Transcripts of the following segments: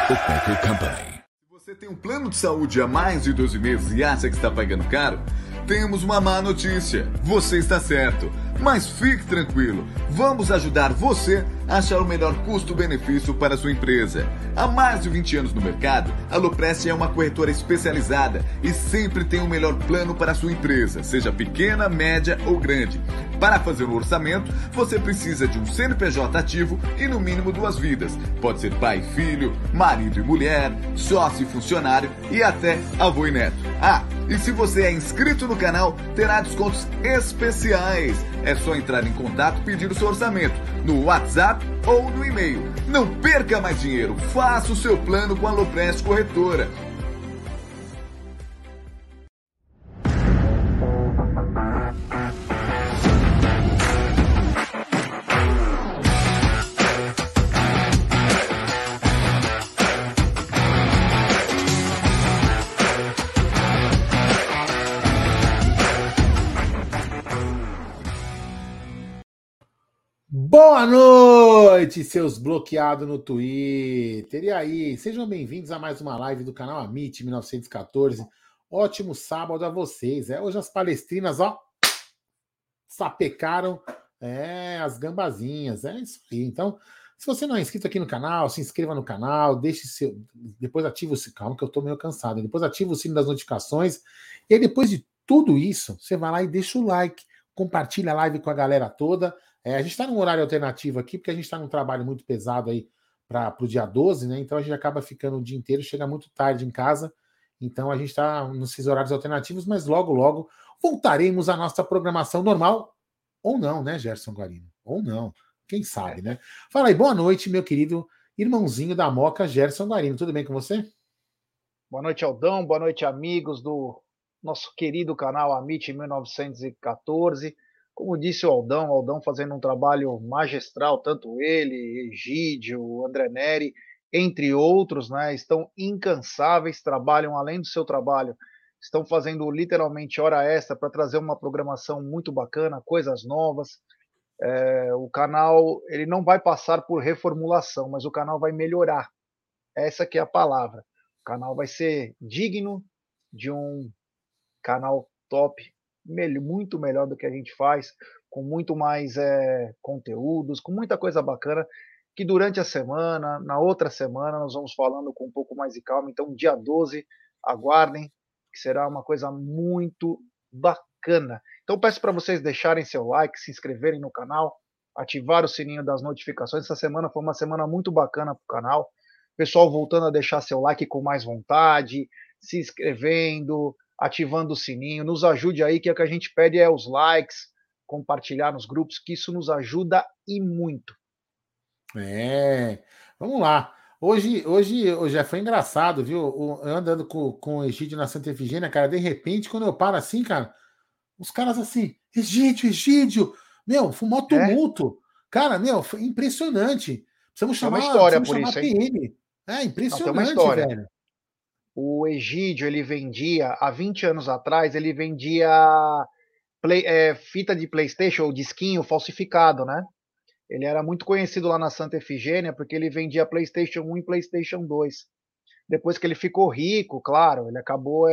The Becker Company. Se você tem um plano de saúde há mais de 12 meses e acha que está pagando caro, temos uma má notícia. Você está certo. Mas fique tranquilo, vamos ajudar você a achar o melhor custo-benefício para a sua empresa. Há mais de 20 anos no mercado, a Loprest é uma corretora especializada e sempre tem o melhor plano para a sua empresa, seja pequena, média ou grande. Para fazer o orçamento, você precisa de um CNPJ ativo e no mínimo 2 vidas. Pode ser pai e filho, marido e mulher, sócio e funcionário e até avô e neto. E se você é inscrito no canal, terá descontos especiais. É só entrar em contato e pedir o seu orçamento no WhatsApp ou no e-mail. Não perca mais dinheiro, faça o seu plano com a Loprest Corretora. Boa noite, seus bloqueados no Twitter. E aí, sejam bem-vindos a mais uma live do canal Amit 1914. Ótimo sábado a vocês. Hoje as palestrinas, sapecaram as gambazinhas. É isso aí. Então, se você não é inscrito aqui no canal, se inscreva no canal, deixe seu. Depois ativa o sino. Calma que eu tô meio cansado. Depois ativa o sino das notificações. E aí, depois de tudo isso, você vai lá e deixa o like, compartilha a live com a galera toda. A gente está num horário alternativo aqui, porque a gente está num trabalho muito pesado aí para o dia 12, né? Então a gente acaba ficando o dia inteiro, chega muito tarde em casa. Então a gente está nesses horários alternativos, mas logo, logo voltaremos à nossa programação normal. Ou não, né, Gerson Guarino? Ou não. Quem sabe, né? Fala aí, boa noite, meu querido irmãozinho da Moca, Gerson Guarino. Tudo bem com você? Boa noite, Aldão. Boa noite, amigos do nosso querido canal Amit 1914. Como disse o Aldão fazendo um trabalho magistral, tanto ele, Egídio, André Neri, entre outros, né? Estão incansáveis, trabalham além do seu trabalho, estão fazendo literalmente hora extra para trazer uma programação muito bacana, coisas novas. O canal ele não vai passar por reformulação, mas o canal vai melhorar. Essa que é a palavra. O canal vai ser digno de um canal top, muito melhor do que a gente faz, com muito mais conteúdos, com muita coisa bacana, que durante a semana, na outra semana, nós vamos falando com um pouco mais de calma. Então, dia 12, aguardem, que será uma coisa muito bacana. Então, peço para vocês deixarem seu like, se inscreverem no canal, ativar o sininho das notificações. Essa semana foi uma semana muito bacana para o canal. Pessoal voltando a deixar seu like com mais vontade, se inscrevendo, ativando o sininho, nos ajude aí, que é o que a gente pede é os likes, compartilhar nos grupos, que isso nos ajuda e muito. Vamos lá. Hoje já foi engraçado, viu? Eu andando com o Egídio na Santa Efigênia, cara, de repente, quando eu paro assim, cara, os caras assim, Egídio, meu, foi um tumulto. Cara, meu, foi impressionante. Precisamos Tem uma chamar, história precisamos por chamar isso, a hein? PM. Não, tem uma Impressionante, história. velho. O Egídio, ele vendia, há 20 anos atrás, ele vendia fita de PlayStation, ou disquinho falsificado, né? Ele era muito conhecido lá na Santa Efigênia, porque ele vendia PlayStation 1 e PlayStation 2. Depois que ele ficou rico, claro, ele acabou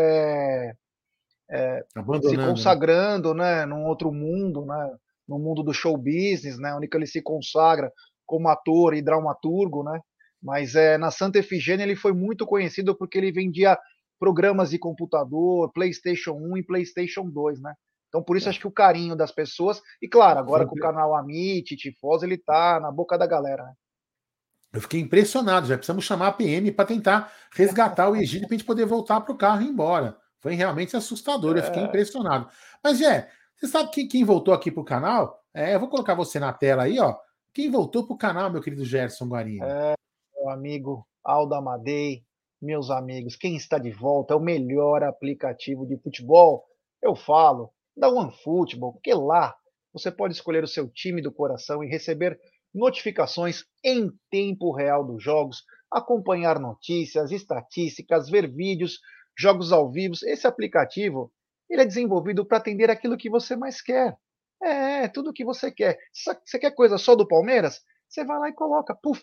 se Abandonando, né? consagrando, né, num outro mundo, né, no mundo do show business, né, onde ele se consagra como ator e dramaturgo, né, mas na Santa Efigênia ele foi muito conhecido porque ele vendia programas de computador, PlayStation 1 e PlayStation 2, né, então por isso acho que o carinho das pessoas, e claro, agora com o canal Amit, Tifós, ele tá na boca da galera, né. Eu fiquei impressionado, já precisamos chamar a PM para tentar resgatar o Egídio para a gente poder voltar para o carro e ir embora. Foi realmente assustador, eu fiquei impressionado. Mas, você sabe quem voltou aqui para o canal? Eu vou colocar você na tela aí, ó. Quem voltou para o canal, meu querido Gerson Guarino? Meu amigo Aldo Amadei, meus amigos, quem está de volta é o melhor aplicativo de futebol. Eu falo da OneFootball, porque lá você pode escolher o seu time do coração e receber notificações em tempo real dos jogos, acompanhar notícias, estatísticas, ver vídeos, jogos ao vivo. Esse aplicativo ele é desenvolvido para atender aquilo que você mais quer. Tudo o que você quer. Você quer coisa só do Palmeiras? Você vai lá e coloca, puf,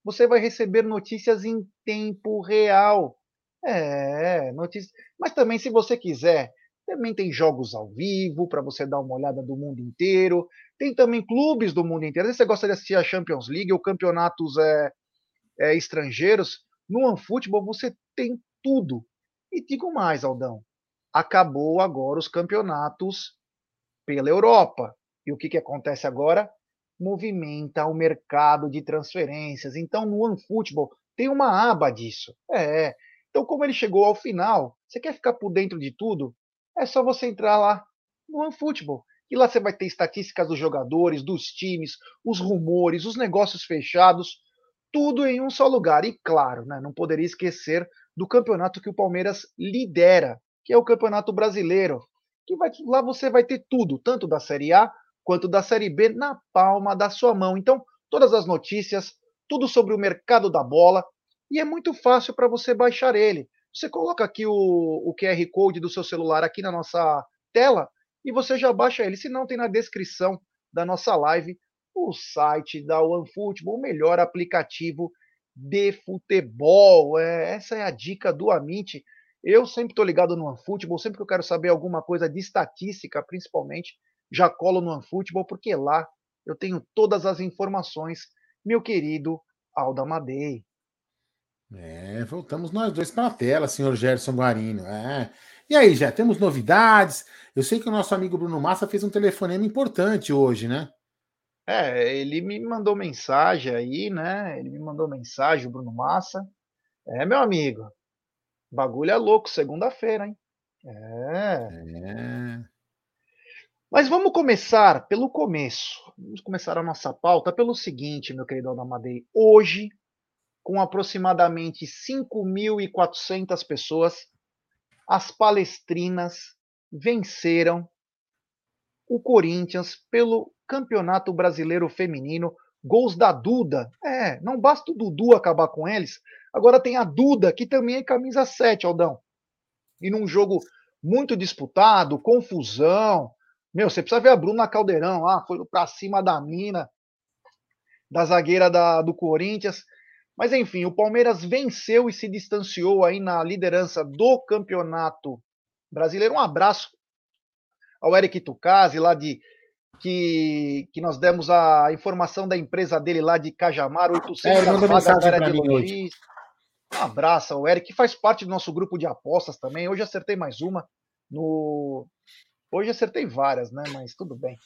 você vai receber notícias em tempo real. Notícias. Mas também, se você quiser, também tem jogos ao vivo para você dar uma olhada do mundo inteiro. Tem também clubes do mundo inteiro. Às vezes você gosta de assistir a Champions League ou campeonatos estrangeiros. No OneFootball você tem tudo. E digo mais, Aldão. Acabou agora os campeonatos pela Europa. E o que acontece agora? Movimenta o mercado de transferências. Então, no OneFootball tem uma aba disso. Então, como ele chegou ao final, você quer ficar por dentro de tudo? É só você entrar lá no OneFootball. E lá você vai ter estatísticas dos jogadores, dos times, os rumores, os negócios fechados, tudo em um só lugar. E claro, né, não poderia esquecer do campeonato que o Palmeiras lidera, que é o Campeonato Brasileiro. Lá você vai ter tudo, tanto da Série A quanto da Série B, na palma da sua mão. Então, todas as notícias, tudo sobre o mercado da bola, e é muito fácil para você baixar ele. Você coloca aqui o QR Code do seu celular aqui na nossa tela e você já baixa ele. Se não, tem na descrição da nossa live o site da OneFootball, o melhor aplicativo de futebol. Essa é a dica do Amit. Eu sempre estou ligado no OneFootball, sempre que eu quero saber alguma coisa de estatística, principalmente, já colo no OneFootball, porque lá eu tenho todas as informações, meu querido Aldo Amadei. Voltamos nós dois para a tela, senhor Gerson Guarino. E aí, já temos novidades? Eu sei que o nosso amigo Bruno Massa fez um telefonema importante hoje, né? Ele me mandou mensagem aí, né? Ele me mandou mensagem, o Bruno Massa. Meu amigo, bagulho é louco, segunda-feira, hein? Mas vamos começar pelo começo. Vamos começar a nossa pauta pelo seguinte, meu querido Amadei. Hoje, com aproximadamente 5.400 pessoas, as palestrinas venceram o Corinthians pelo Campeonato Brasileiro Feminino. Gols da Duda. Não basta o Dudu acabar com eles, agora tem a Duda, que também é camisa 7, Aldão. E num jogo muito disputado, confusão. Meu, você precisa ver a Bruna Caldeirão lá, foi pra cima da mina, da zagueira do Corinthians. Mas enfim, o Palmeiras venceu e se distanciou aí na liderança do Campeonato Brasileiro. Um abraço ao Eric Tucasi, lá que nós demos a informação da empresa dele lá de Cajamar, 800 vagas da área de logística. Um abraço ao Eric, que faz parte do nosso grupo de apostas também. Hoje acertei mais uma. Hoje acertei várias, né? Mas tudo bem.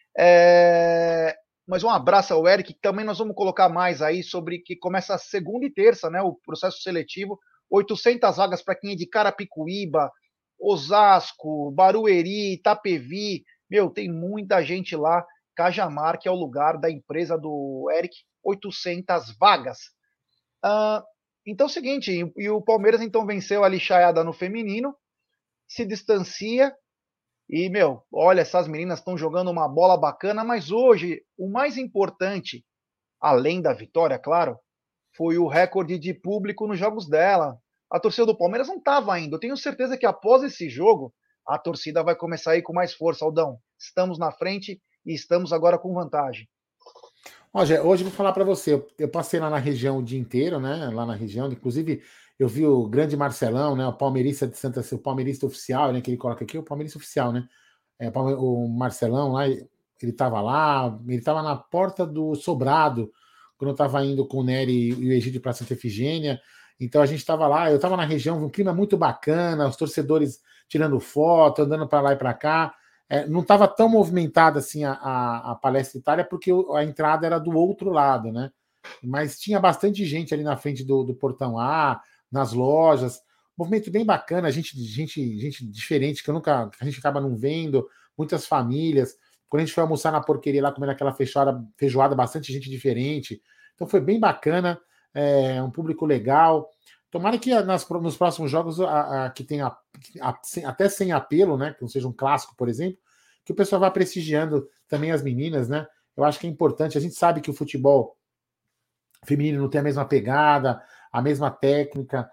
Mas um abraço ao Eric, que também nós vamos colocar mais aí sobre que começa segunda e terça, né? O processo seletivo. 800 vagas para quem é de Carapicuíba, Osasco, Barueri, Itapevi. Meu, tem muita gente lá. Cajamar, que é o lugar da empresa do Eric. 800 vagas. Então é o seguinte, e o Palmeiras então venceu a lixaiada no feminino, se distancia, e, meu, olha, essas meninas estão jogando uma bola bacana, mas hoje o mais importante, além da vitória, claro, foi o recorde de público nos jogos dela. A torcida do Palmeiras não estava indo. Eu tenho certeza que após esse jogo, a torcida vai começar a ir com mais força, Aldão. Estamos na frente e estamos agora com vantagem. Hoje eu vou falar para você, eu passei lá na região o dia inteiro, né? Lá na região, inclusive eu vi o grande Marcelão, né? O palmeirista de Santa Cruz, o palmeirista oficial, né? Que ele coloca aqui, o palmeirista oficial, né? O Marcelão lá, ele estava lá, ele estava na porta do Sobrado, quando eu estava indo com o Nery e o Egídio para Santa Efigênia. Então a gente estava lá, eu estava na região, um clima muito bacana, os torcedores tirando foto, andando para lá e para cá. Não estava tão movimentada assim a Palestra Itália, porque a entrada era do outro lado, né? Mas tinha bastante gente ali na frente do portão A, nas lojas. Movimento bem bacana, gente diferente, que a gente acaba não vendo, muitas famílias. Quando a gente foi almoçar na porqueria lá, comendo aquela feijoada, bastante gente diferente. Então foi bem bacana, um público legal. Tomara que nos próximos jogos que tenha até sem apelo, né? Que não seja um clássico, por exemplo, que o pessoal vá prestigiando também as meninas, né? Eu acho que é importante. A gente sabe que o futebol feminino não tem a mesma pegada, a mesma técnica,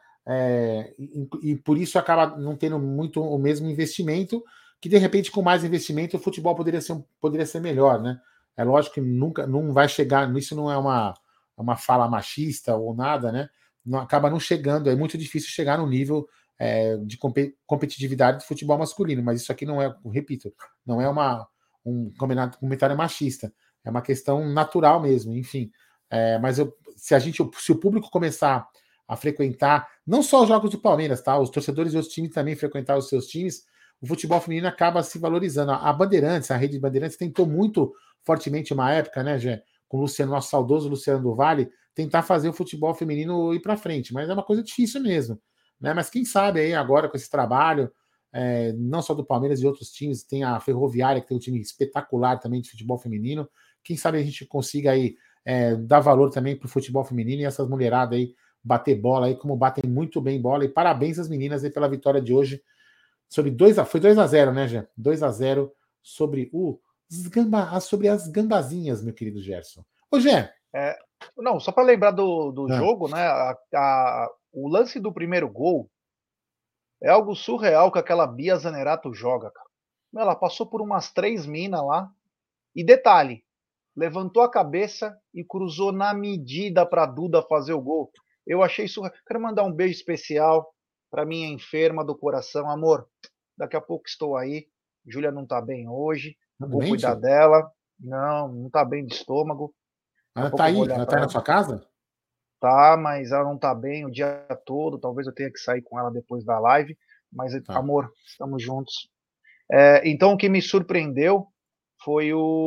e por isso acaba não tendo muito o mesmo investimento, que de repente com mais investimento o futebol poderia ser melhor, né? É lógico que nunca não vai chegar, isso não é uma fala machista ou nada, né? Não, acaba não chegando, é muito difícil chegar no nível de competitividade do futebol masculino, mas isso aqui não é, repito, não é um comentário machista, é uma questão natural mesmo, enfim. Mas se o público começar a frequentar, não só os jogos do Palmeiras, tá? Os torcedores de outros times também frequentar os seus times, o futebol feminino acaba se valorizando. A Bandeirantes, a rede de Bandeirantes, tentou muito fortemente uma época, né, Gé, com o Luciano, nosso saudoso Luciano do Vale, tentar fazer o futebol feminino ir para frente, mas é uma coisa difícil mesmo, né? Mas quem sabe aí agora com esse trabalho, não só do Palmeiras e outros times, tem a Ferroviária, que tem um time espetacular também de futebol feminino, quem sabe a gente consiga aí dar valor também para o futebol feminino e essas mulheradas aí bater bola aí, como batem muito bem bola, e parabéns às meninas aí pela vitória de hoje, foi 2-0, né, Gé? 2-0 sobre sobre as gambazinhas, meu querido Gerson. Ô, Gé. Não, só para lembrar do jogo, né? O lance do primeiro gol é algo surreal que aquela Bia Zanerato joga, cara. Ela passou por umas 3 minas lá. E detalhe, levantou a cabeça e cruzou na medida para Duda fazer o gol. Eu achei isso. Quero mandar um beijo especial para minha enferma do coração, amor. Daqui a pouco estou aí. Júlia não tá bem hoje. Vou cuidar dela. Não tá bem de estômago. Ela tá aí? Ela tá aí na sua casa? Tá, mas ela não tá bem o dia todo. Talvez eu tenha que sair com ela depois da live. Mas, amor, estamos juntos. Então, o que me surpreendeu foi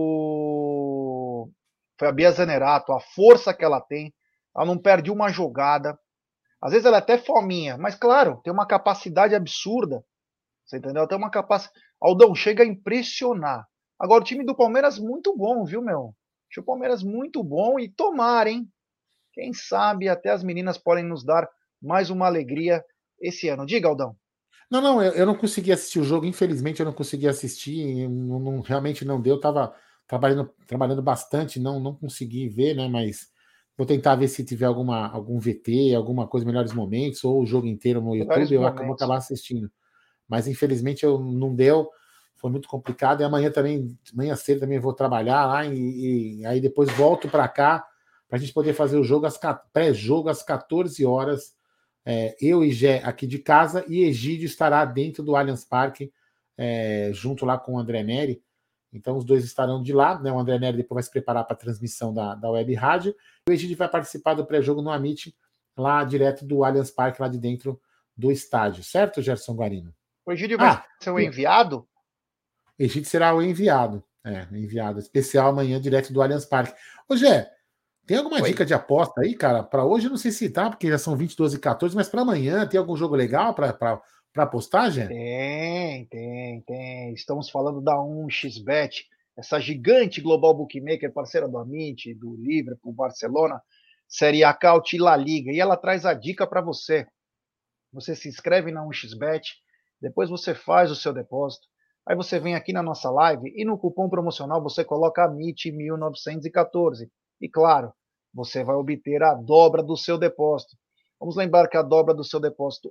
a Bia Zanerato, a força que ela tem. Ela não perde uma jogada. Às vezes ela é até fominha, mas claro, tem uma capacidade absurda. Você entendeu? Ela tem uma capacidade. Aldão, chega a impressionar. Agora, o time do Palmeiras muito bom, viu, meu? Acho o Palmeiras muito bom e tomara, hein? Quem sabe até as meninas podem nos dar mais uma alegria esse ano. Diga, Aldão. Não, eu não consegui assistir o jogo, infelizmente eu não consegui assistir, realmente não deu, tava trabalhando bastante, não consegui ver, né, mas vou tentar ver se tiver algum VT, alguma coisa, melhores momentos, ou o jogo inteiro no Melhores YouTube, vou momentos. acabar assistindo. Mas infelizmente eu não deu, foi muito complicado, e amanhã cedo também vou trabalhar lá, e aí depois volto para cá, para a gente poder fazer o jogo, pré-jogo às 14 horas, eu e Gé aqui de casa, e Egídio estará dentro do Allianz Parque, junto lá com o André Neri. Então os dois estarão de lá, né? O André Neri depois vai se preparar para a transmissão da Web Rádio, e o Egídio vai participar do pré-jogo no Amit, lá direto do Allianz Parque, lá de dentro do estádio, certo, Gerson Guarino? O Egídio vai ser o enviado? Egídio será o enviado, enviado especial amanhã, direto do Allianz Parque. Ô, Gé, tem alguma dica de aposta aí, cara? Para hoje eu não sei se tá, porque já são 20, 12 e 14, mas para amanhã tem algum jogo legal para apostar, Gé? Tem. Estamos falando da 1xBet, essa gigante global bookmaker, parceira do Amit, do Liverpool, Barcelona, Série A, Caut e La Liga. E ela traz a dica para você. Você se inscreve na 1xBet, depois você faz o seu depósito, aí você vem aqui na nossa live e no cupom promocional você coloca AMIT1914. E claro, você vai obter a dobra do seu depósito. Vamos lembrar que a dobra do seu depósito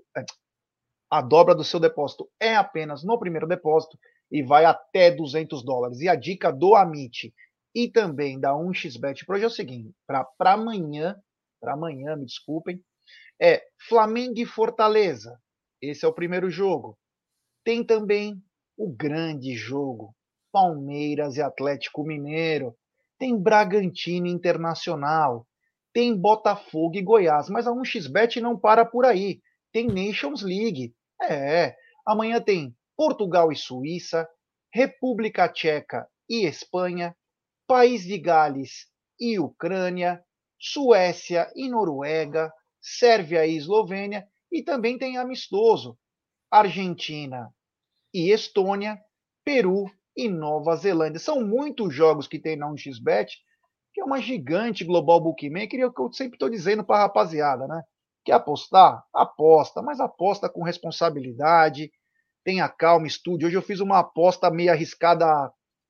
é apenas no primeiro depósito e vai até $200. E a dica do Amit e também da 1xBet para hoje é o seguinte, para amanhã, me desculpem, Flamengo e Fortaleza. Esse é o primeiro jogo. Tem também o grande jogo, Palmeiras e Atlético Mineiro. Tem Bragantino Internacional. Tem Botafogo e Goiás. Mas a 1xBet não para por aí. Tem Nations League. Amanhã tem Portugal e Suíça, República Tcheca e Espanha, País de Gales e Ucrânia, Suécia e Noruega, Sérvia e Eslovênia, e também tem amistoso, Argentina e Estônia, Peru e Nova Zelândia. São muitos jogos que tem na 1xBet, que é uma gigante global bookmaker, e é o que eu sempre estou dizendo para a rapaziada, né? Quer apostar? Aposta, mas aposta com responsabilidade, tenha calma, estude. Hoje eu fiz uma aposta meio arriscada,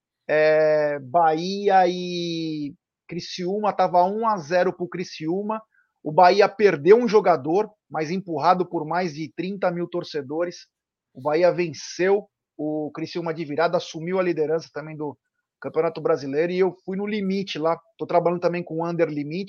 Bahia e Criciúma, estava 1-0 para o Criciúma, o Bahia perdeu um jogador, mas empurrado por mais de 30 mil torcedores, o Bahia venceu o Criciúma de virada, assumiu a liderança também do Campeonato Brasileiro, e eu fui no limite lá, estou trabalhando também com o Under Limite,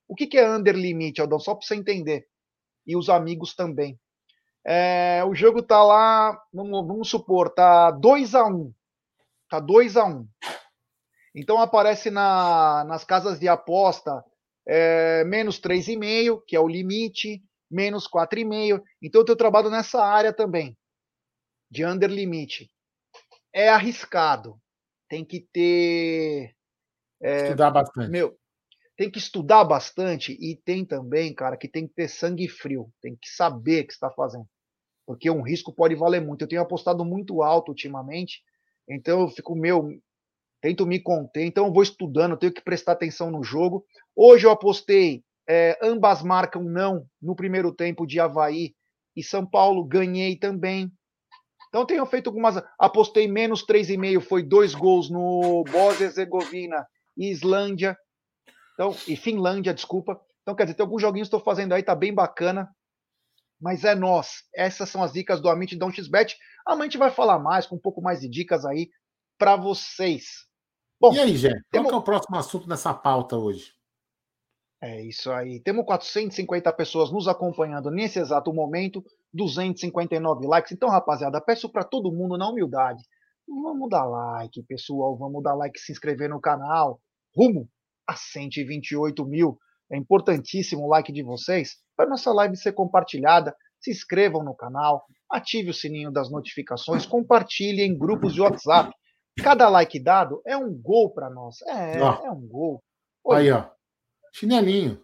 O que é under limite, Aldão? Só para você entender. E os amigos também. O jogo tá lá, vamos supor, tá 2-1. Tá 2-1. Então aparece nas casas de aposta menos 3,5, que é o limite, menos 4,5. Então eu trabalho nessa área também, de under limite. É arriscado. Tem que ter. Estudar bastante. Tem que estudar bastante e tem também, cara, que tem que ter sangue frio. Tem que saber o que está fazendo. Porque um risco pode valer muito. Eu tenho apostado muito alto ultimamente, então eu fico, tento me conter, então eu vou estudando, eu tenho que prestar atenção no jogo. Hoje eu apostei, ambas marcam não no primeiro tempo de Avaí e São Paulo, ganhei também. Então tenho feito algumas, apostei menos 3,5, foi 2 gols no Bósnia e Herzegovina e Islândia, então, e Finlândia, desculpa. Então quer dizer, tem alguns joguinhos que estou fazendo aí, tá bem bacana. Mas é nós. Essas são as dicas do Amit Don't XBet. Amanhã a gente vai falar mais, com um pouco mais de dicas aí para vocês. Bom, e aí, Gé? Qual que é o próximo assunto nessa pauta hoje? É isso aí. Temos 450 pessoas nos acompanhando nesse exato momento, 259 likes. Então, rapaziada, peço para todo mundo, na humildade, vamos dar like, pessoal. Vamos dar like, se inscrever no canal. Rumo a 128 mil. É importantíssimo o like de vocês para nossa live ser compartilhada. Se inscrevam no canal, ative o sininho das notificações, compartilhe em grupos de WhatsApp. Cada like dado é um gol para nós. É um gol. Oi. Aí, ó. Chinelinho.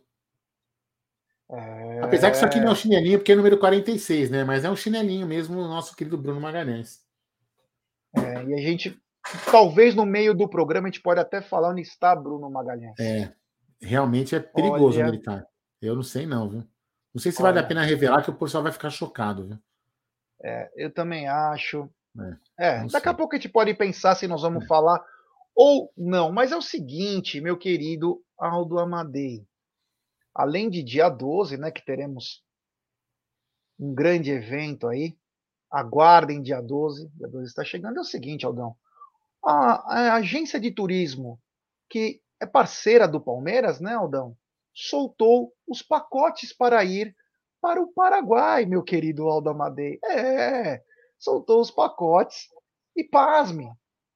Apesar que isso aqui não é um chinelinho, porque é número 46, né? Mas é um chinelinho mesmo, o nosso querido Bruno Magalhães. E a gente, talvez no meio do programa, a gente pode até falar onde está Bruno Magalhães. Realmente é perigoso, militar. Eu não sei não, viu? Não sei se vale a pena revelar, que o pessoal vai ficar chocado, viu? Eu também acho. Daqui a pouco a gente pode pensar se nós vamos falar ou não. Mas é o seguinte, meu querido Aldo Amadei. Além de dia 12, né, que teremos um grande evento aí, aguardem dia 12 está chegando, é o seguinte, Aldão, a agência de turismo, que é parceira do Palmeiras, né, Aldão, soltou os pacotes para ir para o Paraguai, meu querido Aldo Amadei. Soltou os pacotes e pasmem,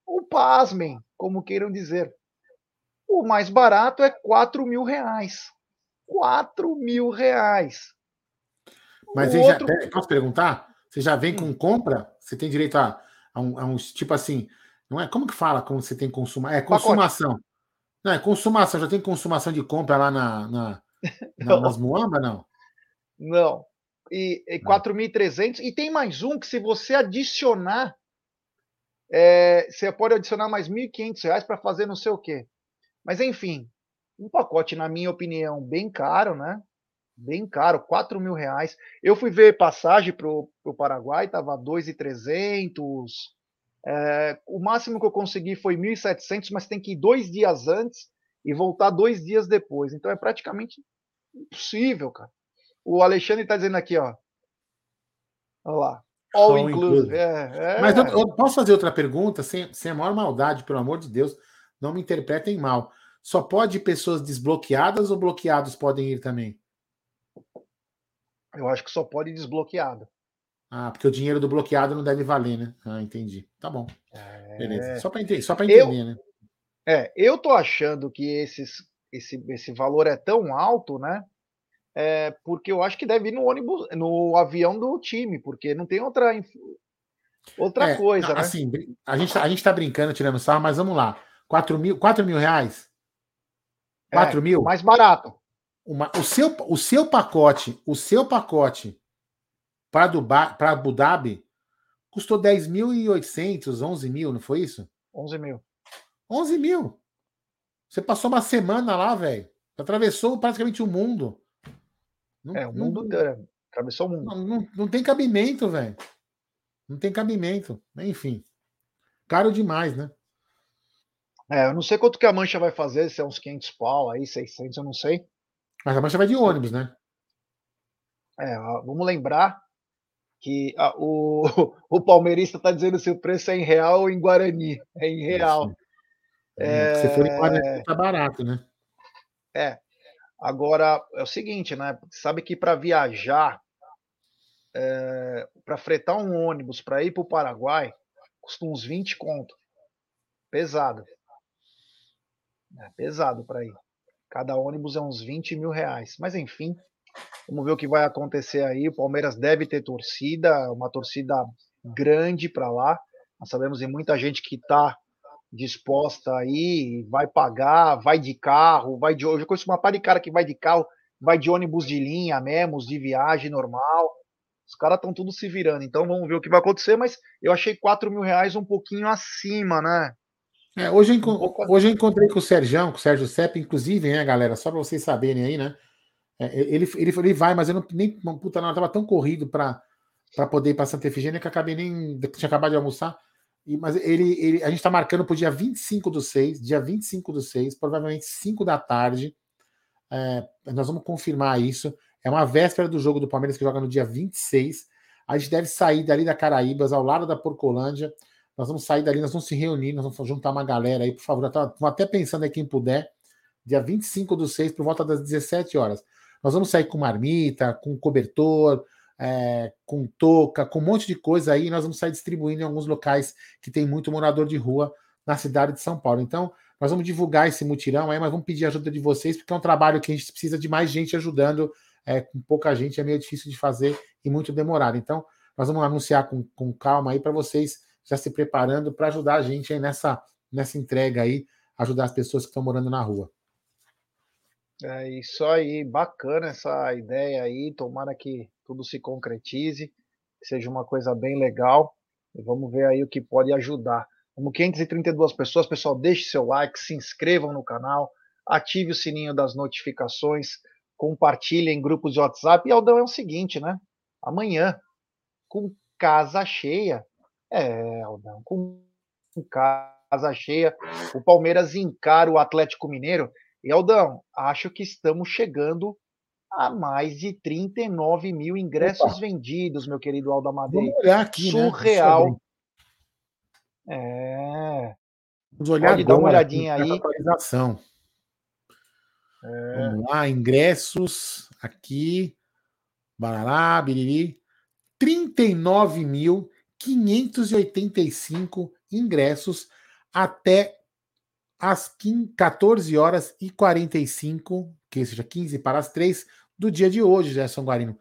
como queiram dizer. O mais barato é R$4.000. R$4.000. Mas posso perguntar? Você já vem com compra? Você tem direito a uns, tipo assim, não é? Como que fala quando você tem consumação? Consumação. Pacote. Não, é consumação. Já tem consumação de compra lá nas Muamba, não? Não. E 4.300. E tem mais um que, se você adicionar, você pode adicionar mais R$1.500 para fazer não sei o quê. Mas, enfim, um pacote, na minha opinião, bem caro, né? Bem caro, R$4.000. Eu fui ver passagem para o Paraguai, estava 2.300. O máximo que eu consegui foi 1.700, mas tem que ir 2 dias antes e voltar 2 dias depois. Então é praticamente impossível, cara. O Alexandre está dizendo aqui, ó. Olha lá. All inclusive. Mas eu posso fazer outra pergunta, sem a maior maldade, pelo amor de Deus, não me interpretem mal. Só pode pessoas desbloqueadas ou bloqueados podem ir também? Eu acho que só pode desbloqueado. Porque o dinheiro do bloqueado não deve valer, né? Entendi. Tá bom. Beleza. Só para entender, né? Eu tô achando que esse valor é tão alto, né? Porque eu acho que deve ir no ônibus, no avião do time, porque não tem outra coisa, né? Assim, a gente tá brincando, tirando sarro, mas vamos lá. R$4.000? R$4.000? Mais barato. O seu pacote para Abu Dhabi custou 10.800, 11.000, não foi isso? 11.000. 11.000. Você passou uma semana lá, velho. Atravessou praticamente o mundo. O mundo inteiro. Atravessou o mundo. Não tem cabimento, velho. Não tem cabimento. Enfim. Caro demais, né? Eu não sei quanto que a Mancha vai fazer, se é uns 500 pau aí, 600, eu não sei. Mas a Mancha vai de ônibus, né? Vamos lembrar que o palmeirista está dizendo se o preço é em real ou em Guarani. É em real. Se for em Guarani, tá barato, né? Agora, é o seguinte, né? Sabe que para viajar, para fretar um ônibus para ir para o Paraguai, custa uns 20 conto. Pesado. É pesado para ir. Cada ônibus é uns 20 mil reais. Mas enfim, vamos ver o que vai acontecer aí. O Palmeiras deve ter torcida, uma torcida grande para lá. Nós sabemos de muita gente que está disposta aí, vai pagar, vai de carro, vai de. Eu já conheço uma par de cara que vai de carro, vai de ônibus de linha mesmo, de viagem normal. Os caras estão tudo se virando. Então vamos ver o que vai acontecer. Mas eu achei 4 mil reais um pouquinho acima, né? Hoje, Um pouco. hoje eu encontrei com o Serjão, com o Sérgio Sepp, inclusive, né, galera? Só para vocês saberem aí, né? Ele vai, mas eu não, nem. Puta, não, eu tava tão corrido para poder ir para Santa Efigênia que eu acabei nem. Tinha acabado de almoçar. Mas a gente está marcando para o dia 25/6, dia 25/6, provavelmente 5 da tarde. Nós vamos confirmar isso. É uma véspera do jogo do Palmeiras que joga no dia 26. A gente deve sair dali da Caraíbas, ao lado da Porcolândia. Nós vamos sair dali, nós vamos se reunir, nós vamos juntar uma galera aí, por favor. Estou até pensando aí quem puder. Dia 25/6, por volta das 17 horas. Nós vamos sair com marmita, com cobertor, com touca, com um monte de coisa aí. Nós vamos sair distribuindo em alguns locais que tem muito morador de rua na cidade de São Paulo. Então, nós vamos divulgar esse mutirão aí, mas vamos pedir a ajuda de vocês, porque é um trabalho que a gente precisa de mais gente ajudando. Com pouca gente é meio difícil de fazer e muito demorado. Então, nós vamos anunciar com calma aí para vocês já se preparando para ajudar a gente aí nessa entrega aí, ajudar as pessoas que estão morando na rua. É isso aí, bacana essa ideia aí. Tomara que tudo se concretize, que seja uma coisa bem legal. E vamos ver aí o que pode ajudar. Como 532 pessoas, pessoal, deixe seu like, se inscrevam no canal, ative o sininho das notificações, compartilhem em grupos de WhatsApp. E Aldão, é o seguinte, né? Amanhã, com casa cheia, Aldão, com casa cheia, o Palmeiras encara o Atlético Mineiro. E Aldão, acho que estamos chegando a mais de 39 mil ingressos vendidos, meu querido Aldo Amadei. Vamos olhar aqui, surreal. Vamos olhar Pode agora, dar uma olhadinha aí. Atualização. Vamos lá, ingressos aqui. Barará, biriri. 39.585 ingressos até às 14h45, que seja 15 para as 3 do dia de hoje, Gerson Guarino.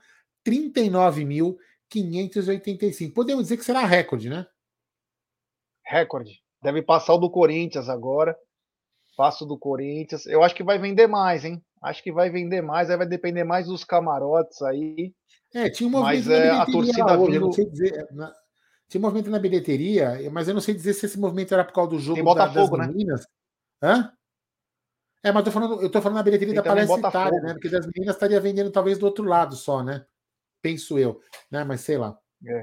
39.585. Podemos dizer que será recorde, né? Recorde. Deve passar o do Corinthians agora. Passa o do Corinthians. Eu acho que vai vender mais, hein? Acho que vai vender mais. Aí vai depender mais dos camarotes aí. Tinha um movimento na bilheteria a torcida hoje, vindo... eu não sei dizer. Tinha um movimento na bilheteria, mas eu não sei dizer se esse movimento era por causa do jogo Tem Botafogo, das meninas. Né? Mas eu tô falando na bilheteria da Palestra Itália, né? Porque das meninas estaria vendendo talvez do outro lado só, né? Penso eu, né? Mas sei lá.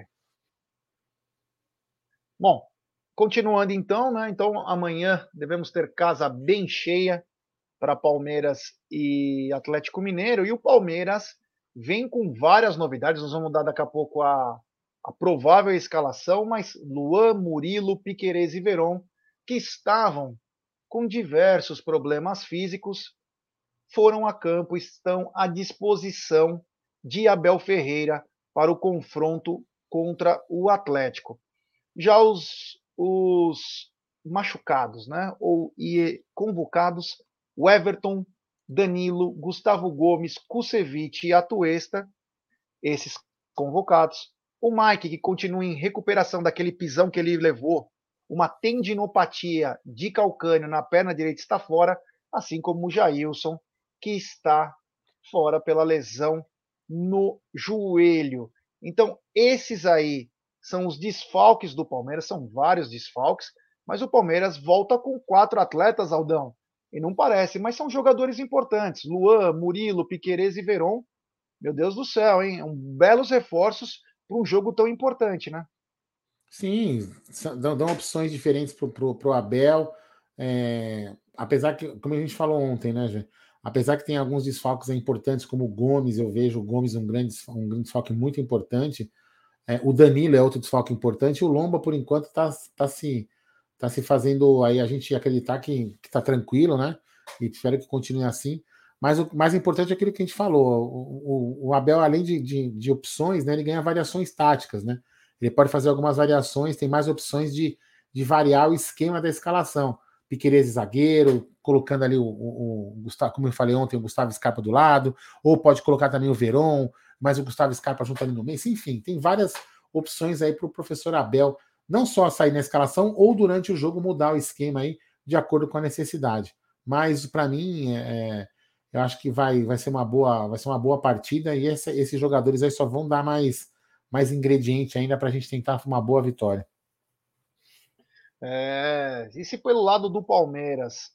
Bom, continuando então, né? Então amanhã devemos ter casa bem cheia para Palmeiras e Atlético Mineiro. E o Palmeiras vem com várias novidades. Nós vamos dar daqui a pouco a provável escalação, mas Luan, Murilo, Piquerez e Veron, que estavam com diversos problemas físicos, foram a campo, estão à disposição de Abel Ferreira para o confronto contra o Atlético. Já os machucados, né, e convocados, o Everton, Danilo, Gustavo Gomes, Kusevich e Atuesta, esses convocados. O Mike, que continua em recuperação daquele pisão que ele levou, uma tendinopatia de calcânio na perna direita, está fora, assim como o Jailson, que está fora pela lesão no joelho. Então, esses aí são os desfalques do Palmeiras, são vários desfalques, mas o Palmeiras volta com 4 atletas, Aldão, e não parece, mas são jogadores importantes, Luan, Murilo, Piquerez e Veron. Meu Deus do céu, hein? Belos reforços para um jogo tão importante, né? Sim, dão opções diferentes pro Abel. Apesar que, como a gente falou ontem, né, Jé? Apesar que tem alguns desfalques importantes, como o Gomes, eu vejo o Gomes um grande desfalque muito importante. O Danilo é outro desfalque importante. O Lomba, por enquanto, tá se fazendo aí a gente acreditar que tá tranquilo, né? E espero que continue assim. Mas o mais importante é aquilo que a gente falou. O Abel, além de opções, né, ele ganha variações táticas, né? Ele pode fazer algumas variações, tem mais opções de variar o esquema da escalação. Piquerez zagueiro, colocando ali o Gustavo, como eu falei ontem, o Gustavo Scarpa do lado, ou pode colocar também o Veron, mas o Gustavo Scarpa junto ali no meio. Enfim, tem várias opções aí para o professor Abel, não só sair na escalação, ou durante o jogo mudar o esquema aí, de acordo com a necessidade. Mas, para mim, eu acho que vai ser uma boa partida, e esses jogadores aí só vão dar mais ingrediente ainda para a gente tentar uma boa vitória. E se pelo lado do Palmeiras,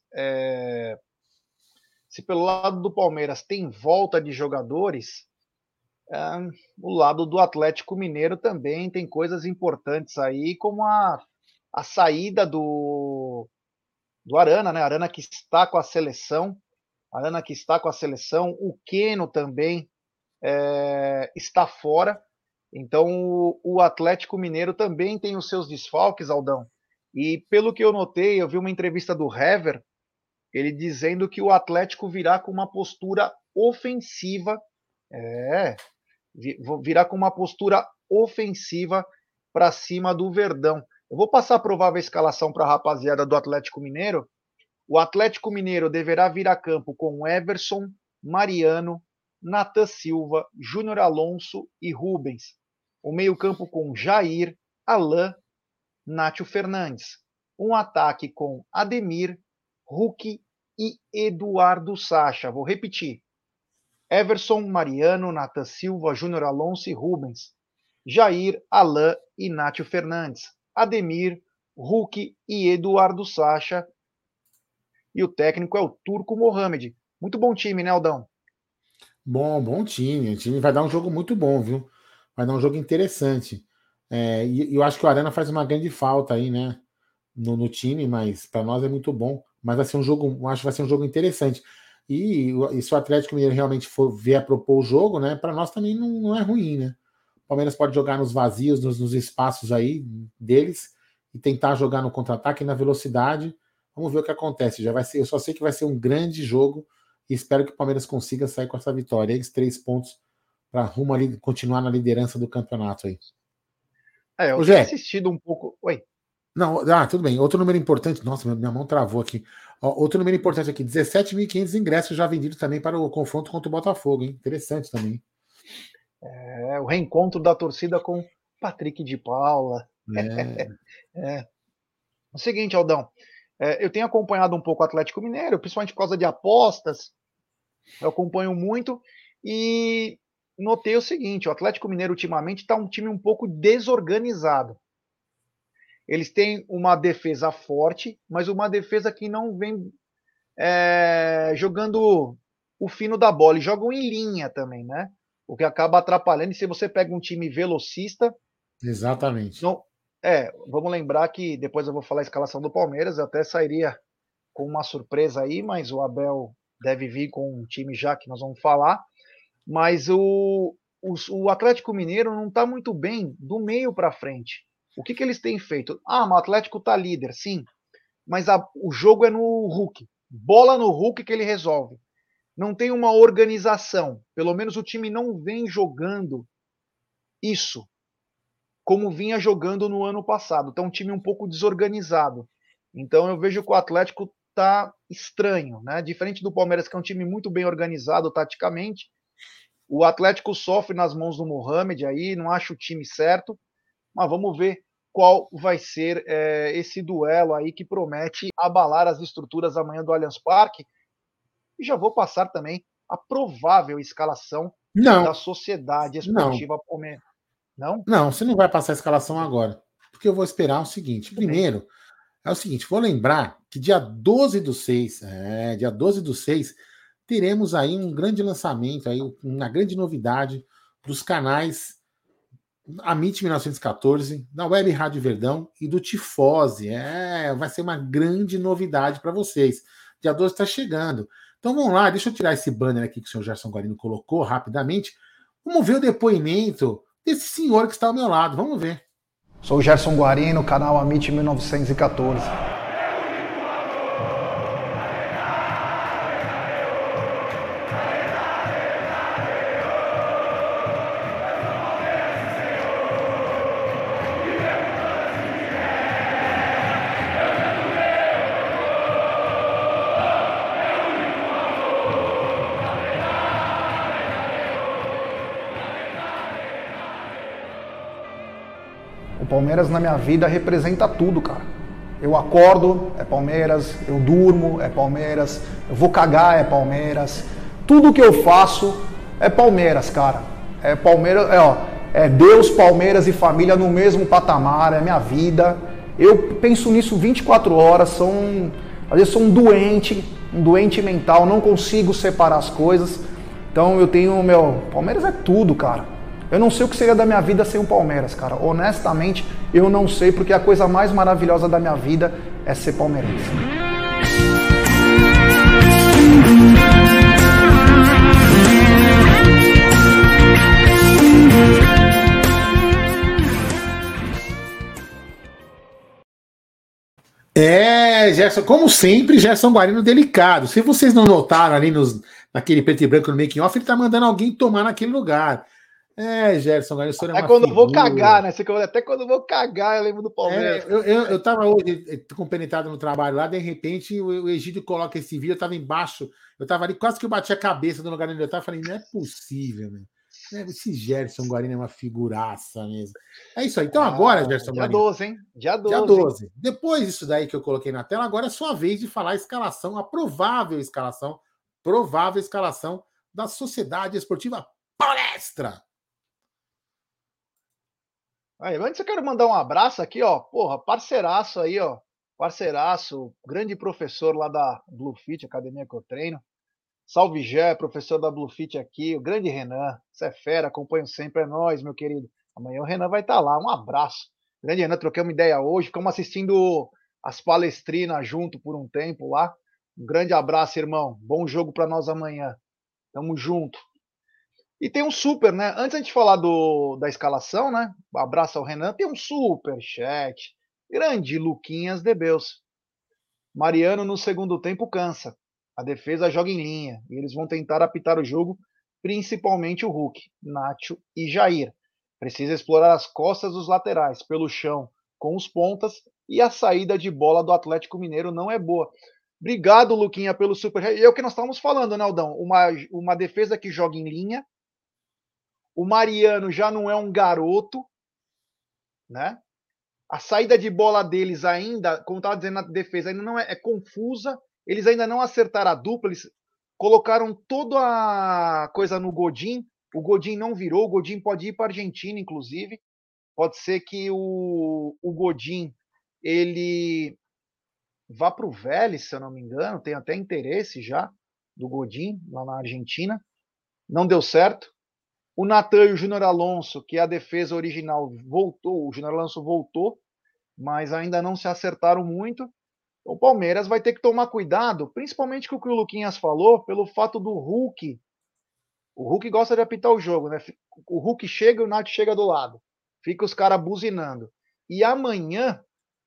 tem volta de jogadores, o lado do Atlético Mineiro também tem coisas importantes aí, como a saída do Arana, né? Arana que está com a seleção, o Keno também está fora. Então o Atlético Mineiro também tem os seus desfalques, Aldão. E pelo que eu notei, eu vi uma entrevista do Hever, ele dizendo que o Atlético virá com uma postura ofensiva, virá com uma postura ofensiva para cima do Verdão. Eu vou passar a provável escalação para a rapaziada do Atlético Mineiro. O Atlético Mineiro deverá vir a campo com Everson, Mariano, Nathan Silva, Júnior Alonso e Rubens. O meio-campo com Jair, Alain, Nátio Fernandes. Um ataque com Ademir, Hulk e Eduardo Sacha. Vou repetir. Everson, Mariano, Nathan Silva, Júnior Alonso e Rubens. Jair, Alain e Nátio Fernandes. Ademir, Hulk e Eduardo Sacha. E o técnico é o Turco Mohamed. Muito bom time, né, Aldão? Bom time. O time vai dar um jogo muito bom, viu? Vai dar um jogo interessante. E eu acho que o Arana faz uma grande falta aí, né? No time, mas para nós é muito bom. Mas vai ser um jogo, acho que vai ser um jogo interessante. E se o Atlético Mineiro realmente vier propor o jogo, né? Para nós também não é ruim, né? O Palmeiras pode jogar nos vazios, nos espaços aí deles e tentar jogar no contra-ataque, na velocidade. Vamos ver o que acontece. Eu só sei que vai ser um grande jogo e espero que o Palmeiras consiga sair com essa vitória. Esses 3 pontos para rumo ali, continuar na liderança do campeonato aí. Eu tenho assistido um pouco. Oi. Não, tudo bem. Outro número importante. Nossa, minha mão travou aqui. Outro número importante aqui: 17.500 ingressos já vendidos também para o confronto contra o Botafogo, hein? Interessante também. O reencontro da torcida com Patrick de Paula. O seguinte, Aldão. Eu tenho acompanhado um pouco o Atlético Mineiro, principalmente por causa de apostas. Eu acompanho muito e notei o seguinte: o Atlético Mineiro ultimamente está um time um pouco desorganizado. Eles têm uma defesa forte, mas uma defesa que não vem jogando o fino da bola. E jogam em linha também, né? O que acaba atrapalhando. E se você pega um time velocista... Exatamente. Não, vamos lembrar que depois eu vou falar a escalação do Palmeiras. Eu até sairia com uma surpresa aí, mas o Abel deve vir com um time já que nós vamos falar. Mas o Atlético Mineiro não está muito bem do meio para frente. O que eles têm feito? O Atlético está líder, sim. Mas o jogo é no Hulk. Bola no Hulk que ele resolve. Não tem uma organização. Pelo menos o time não vem jogando isso como vinha jogando no ano passado. Então, um time um pouco desorganizado. Então, eu vejo que o Atlético está estranho, né? Diferente do Palmeiras, que é um time muito bem organizado taticamente. O Atlético sofre nas mãos do Mohamed aí, não acho o time certo. Mas vamos ver qual vai ser esse duelo aí que promete abalar as estruturas amanhã do Allianz Parque. E já vou passar também a provável escalação da Sociedade Esportiva Palmeiras. Não? Não, você não vai passar a escalação agora. Porque eu vou esperar o seguinte. Primeiro, vou lembrar que dia 12/6, teremos aí um grande lançamento, aí, uma grande novidade dos canais Amit 1914, da Web Rádio Verdão e do Tifose. Vai ser uma grande novidade para vocês. Dia 12 está chegando. Então vamos lá, deixa eu tirar esse banner aqui que o senhor Gerson Guarino colocou rapidamente. Vamos ver o depoimento desse senhor que está ao meu lado. Vamos ver. Sou o Gerson Guarino, canal Amit 1914. Palmeiras na minha vida representa tudo, cara. Eu acordo, é Palmeiras, eu durmo, é Palmeiras, eu vou cagar, é Palmeiras. Tudo que eu faço é Palmeiras, cara. É Palmeiras, é Deus, Palmeiras e família no mesmo patamar, é minha vida. Eu penso nisso 24 horas, às vezes sou um doente mental, não consigo separar as coisas. Então eu tenho, Palmeiras é tudo, cara. Eu não sei o que seria da minha vida sem o Palmeiras, cara. Honestamente, eu não sei, porque a coisa mais maravilhosa da minha vida é ser palmeirense. Gerson, como sempre, Gerson Guarino delicado. Se vocês não notaram ali naquele preto e branco no making off, ele tá mandando alguém tomar naquele lugar. Gerson Guarino, o senhor é uma quando eu vou figura. cagar, né? Até quando eu vou cagar, eu lembro do Palmeiras. Eu tava hoje compenetrado no trabalho lá, de repente o Egídio coloca esse vídeo, eu tava embaixo, eu tava ali, quase que eu bati a cabeça do lugar onde eu tava, falei, não é possível, meu. Esse Gerson Guarino é uma figuraça mesmo. É isso aí. Então agora, Gerson dia Guarino. 12, hein? Dia 12. Dia 12. Depois disso daí que eu coloquei na tela, agora é sua vez de falar a escalação, a provável escalação da Sociedade Esportiva Palestra. Aí, antes eu quero mandar um abraço aqui, ó. Porra, parceiraço aí, ó. Parceiraço, grande professor lá da Bluefit, academia que eu treino. Salve Gé, professor da Bluefit aqui, o grande Renan. Você é fera, acompanho sempre, é nóis, meu querido. Amanhã o Renan vai estar lá, um abraço. Grande Renan, troquei uma ideia hoje, ficamos assistindo as palestrinas junto por um tempo lá. Um grande abraço, irmão. Bom jogo para nós amanhã. Tamo junto. E tem um super, né? Antes a gente falar da escalação, né? Abraço ao Renan. Tem um super chat. Grande Luquinhas de Beus. Mariano no segundo tempo cansa. A defesa joga em linha. E eles vão tentar apitar o jogo, principalmente o Hulk, Nacho e Jair. Precisa explorar as costas dos laterais, pelo chão, com os pontas. E a saída de bola do Atlético Mineiro não é boa. Obrigado, Luquinha, pelo super. E é o que nós estávamos falando, né, Aldão? Uma defesa que joga em linha. O Mariano já não é um garoto, né? A saída de bola deles ainda, como estava dizendo na defesa, ainda não é confusa. Eles ainda não acertaram a dupla. Eles colocaram toda a coisa no Godin. O Godin não virou. O Godin pode ir para a Argentina, inclusive. Pode ser que o Godin ele vá para o Vélez, se eu não me engano. Tem até interesse já do Godin lá na Argentina. Não deu certo. O Natan e o Júnior Alonso, que é a defesa original, voltou. O Júnior Alonso voltou, mas ainda não se acertaram muito. O Palmeiras vai ter que tomar cuidado, principalmente com o que o Luquinhas falou, pelo fato do Hulk. O Hulk gosta de apitar o jogo, né? O Hulk chega e o Nath chega do lado. Fica os caras buzinando. E amanhã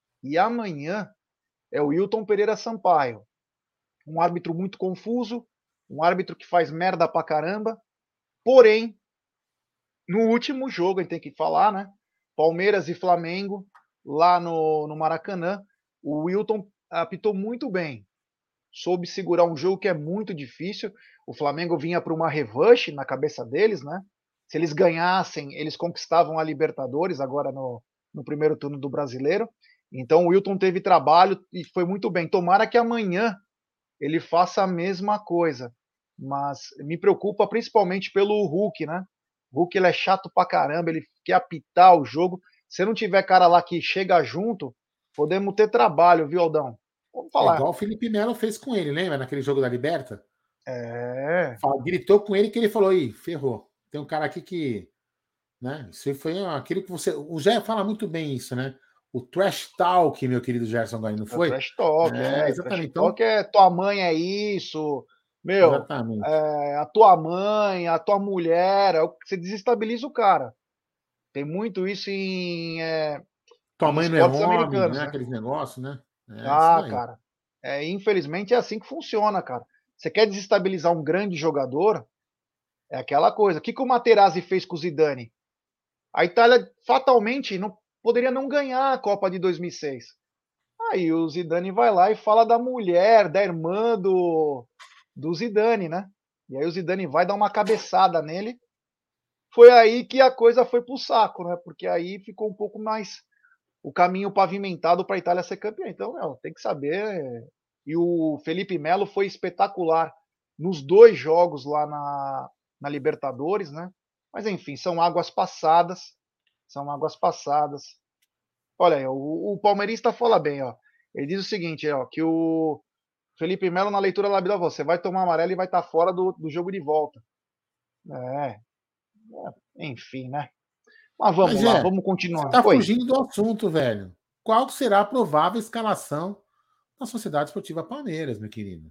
é o Wilton Pereira Sampaio. Um árbitro muito confuso, um árbitro que faz merda pra caramba. Porém, no último jogo, a gente tem que falar, né? Palmeiras e Flamengo, lá no Maracanã, o Wilton apitou muito bem. Soube segurar um jogo que é muito difícil. O Flamengo vinha para uma revanche na cabeça deles, né? Se eles ganhassem, eles conquistavam a Libertadores agora no primeiro turno do Brasileiro. Então o Wilton teve trabalho e foi muito bem. Tomara que amanhã ele faça a mesma coisa. Mas me preocupa principalmente pelo Hulk, né? O Hulk ele é chato pra caramba, ele quer apitar o jogo. Se não tiver cara lá que chega junto, podemos ter trabalho, viu, Aldão? Vamos falar. Igual o Felipe Melo fez com ele, lembra? Naquele jogo da Liberta? Gritou com ele que ele falou, ih, ferrou. Tem um cara aqui que... Né? Isso foi aquilo que você... O Zé fala muito bem isso, né? O trash talk, meu querido Gerson Guarino, não foi? O trash talk, exatamente. Trash talk é tua mãe é isso, meu, exatamente. A tua mãe, a tua mulher, você desestabiliza o cara. Tem muito isso em tua mãe não é homem, americanos, né? né? Aqueles negócios, né? Cara, infelizmente é assim que funciona, cara. Você quer desestabilizar um grande jogador, é aquela coisa. O que o Materazzi fez com o Zidane? A Itália fatalmente poderia não ganhar a Copa de 2006. Aí o Zidane vai lá e fala da mulher, da irmã do Zidane, né? E aí o Zidane vai dar uma cabeçada nele. Foi aí que a coisa foi pro saco, né? Porque aí ficou um pouco mais o caminho pavimentado para a Itália ser campeã. Então, tem que saber. E o Felipe Melo foi espetacular nos 2 jogos lá na Libertadores, né? Mas enfim, são águas passadas. São águas passadas. Olha aí, o palmeirista fala bem, ó. Ele diz o seguinte, ó, que o Felipe Melo na leitura labial, você vai tomar amarelo e vai estar fora do jogo de volta. Enfim, né? Mas vamos Mas lá, vamos você continuar. tá Oi. fugindo do assunto, velho. Qual será a provável escalação da Sociedade Esportiva Palmeiras, meu querido?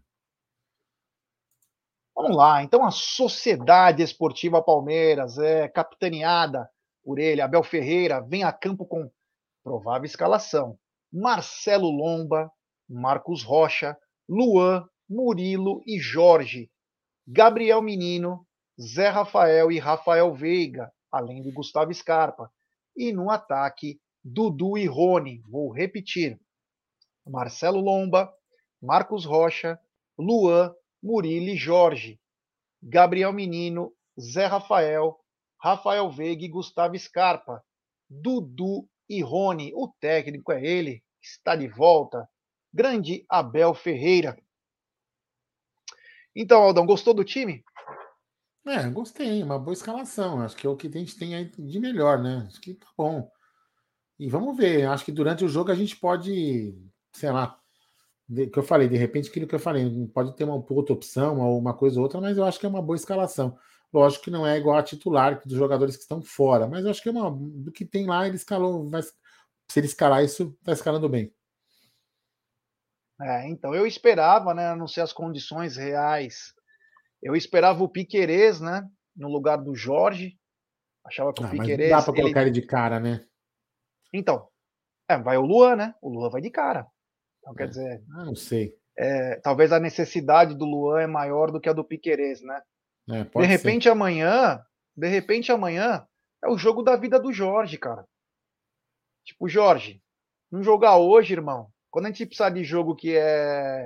Vamos lá, então a Sociedade Esportiva Palmeiras é capitaneada por ele, Abel Ferreira, vem a campo com provável escalação. Marcelo Lomba, Marcos Rocha, Luan, Murilo e Jorge, Gabriel Menino, Zé Rafael e Rafael Veiga, além de Gustavo Scarpa. E no ataque, Dudu e Rony, vou repetir. Marcelo Lomba, Marcos Rocha, Luan, Murilo e Jorge, Gabriel Menino, Zé Rafael, Rafael Veiga e Gustavo Scarpa, Dudu e Rony. O técnico é ele, está de volta, grande Abel Ferreira. Então, Aldão, gostou do time? Gostei, uma boa escalação. Acho que é o que a gente tem aí de melhor, né? Acho que tá bom. E vamos ver. Acho que durante o jogo a gente pode, sei lá, que eu falei, de repente aquilo que eu falei, pode ter uma outra opção, ou uma coisa ou outra, mas eu acho que é uma boa escalação. Lógico que não é igual a titular dos jogadores que estão fora, mas eu acho que do que tem lá, ele escalou. Se ele escalar isso, tá escalando bem. Então eu esperava, né? Não sei as condições reais. Eu esperava o Piquerez, né? No lugar do Jorge. Achava que o Mas não dá Piquerez. para colocar ele de cara, né? Então, vai o Luan, né? O Luan vai de cara. Então, quer dizer, Não sei. talvez a necessidade do Luan é maior do que a do Piquerez, né? De Pode ser. repente amanhã é o jogo da vida do Jorge, cara. Tipo, Jorge, não jogar hoje, irmão. Quando a gente precisar de jogo que é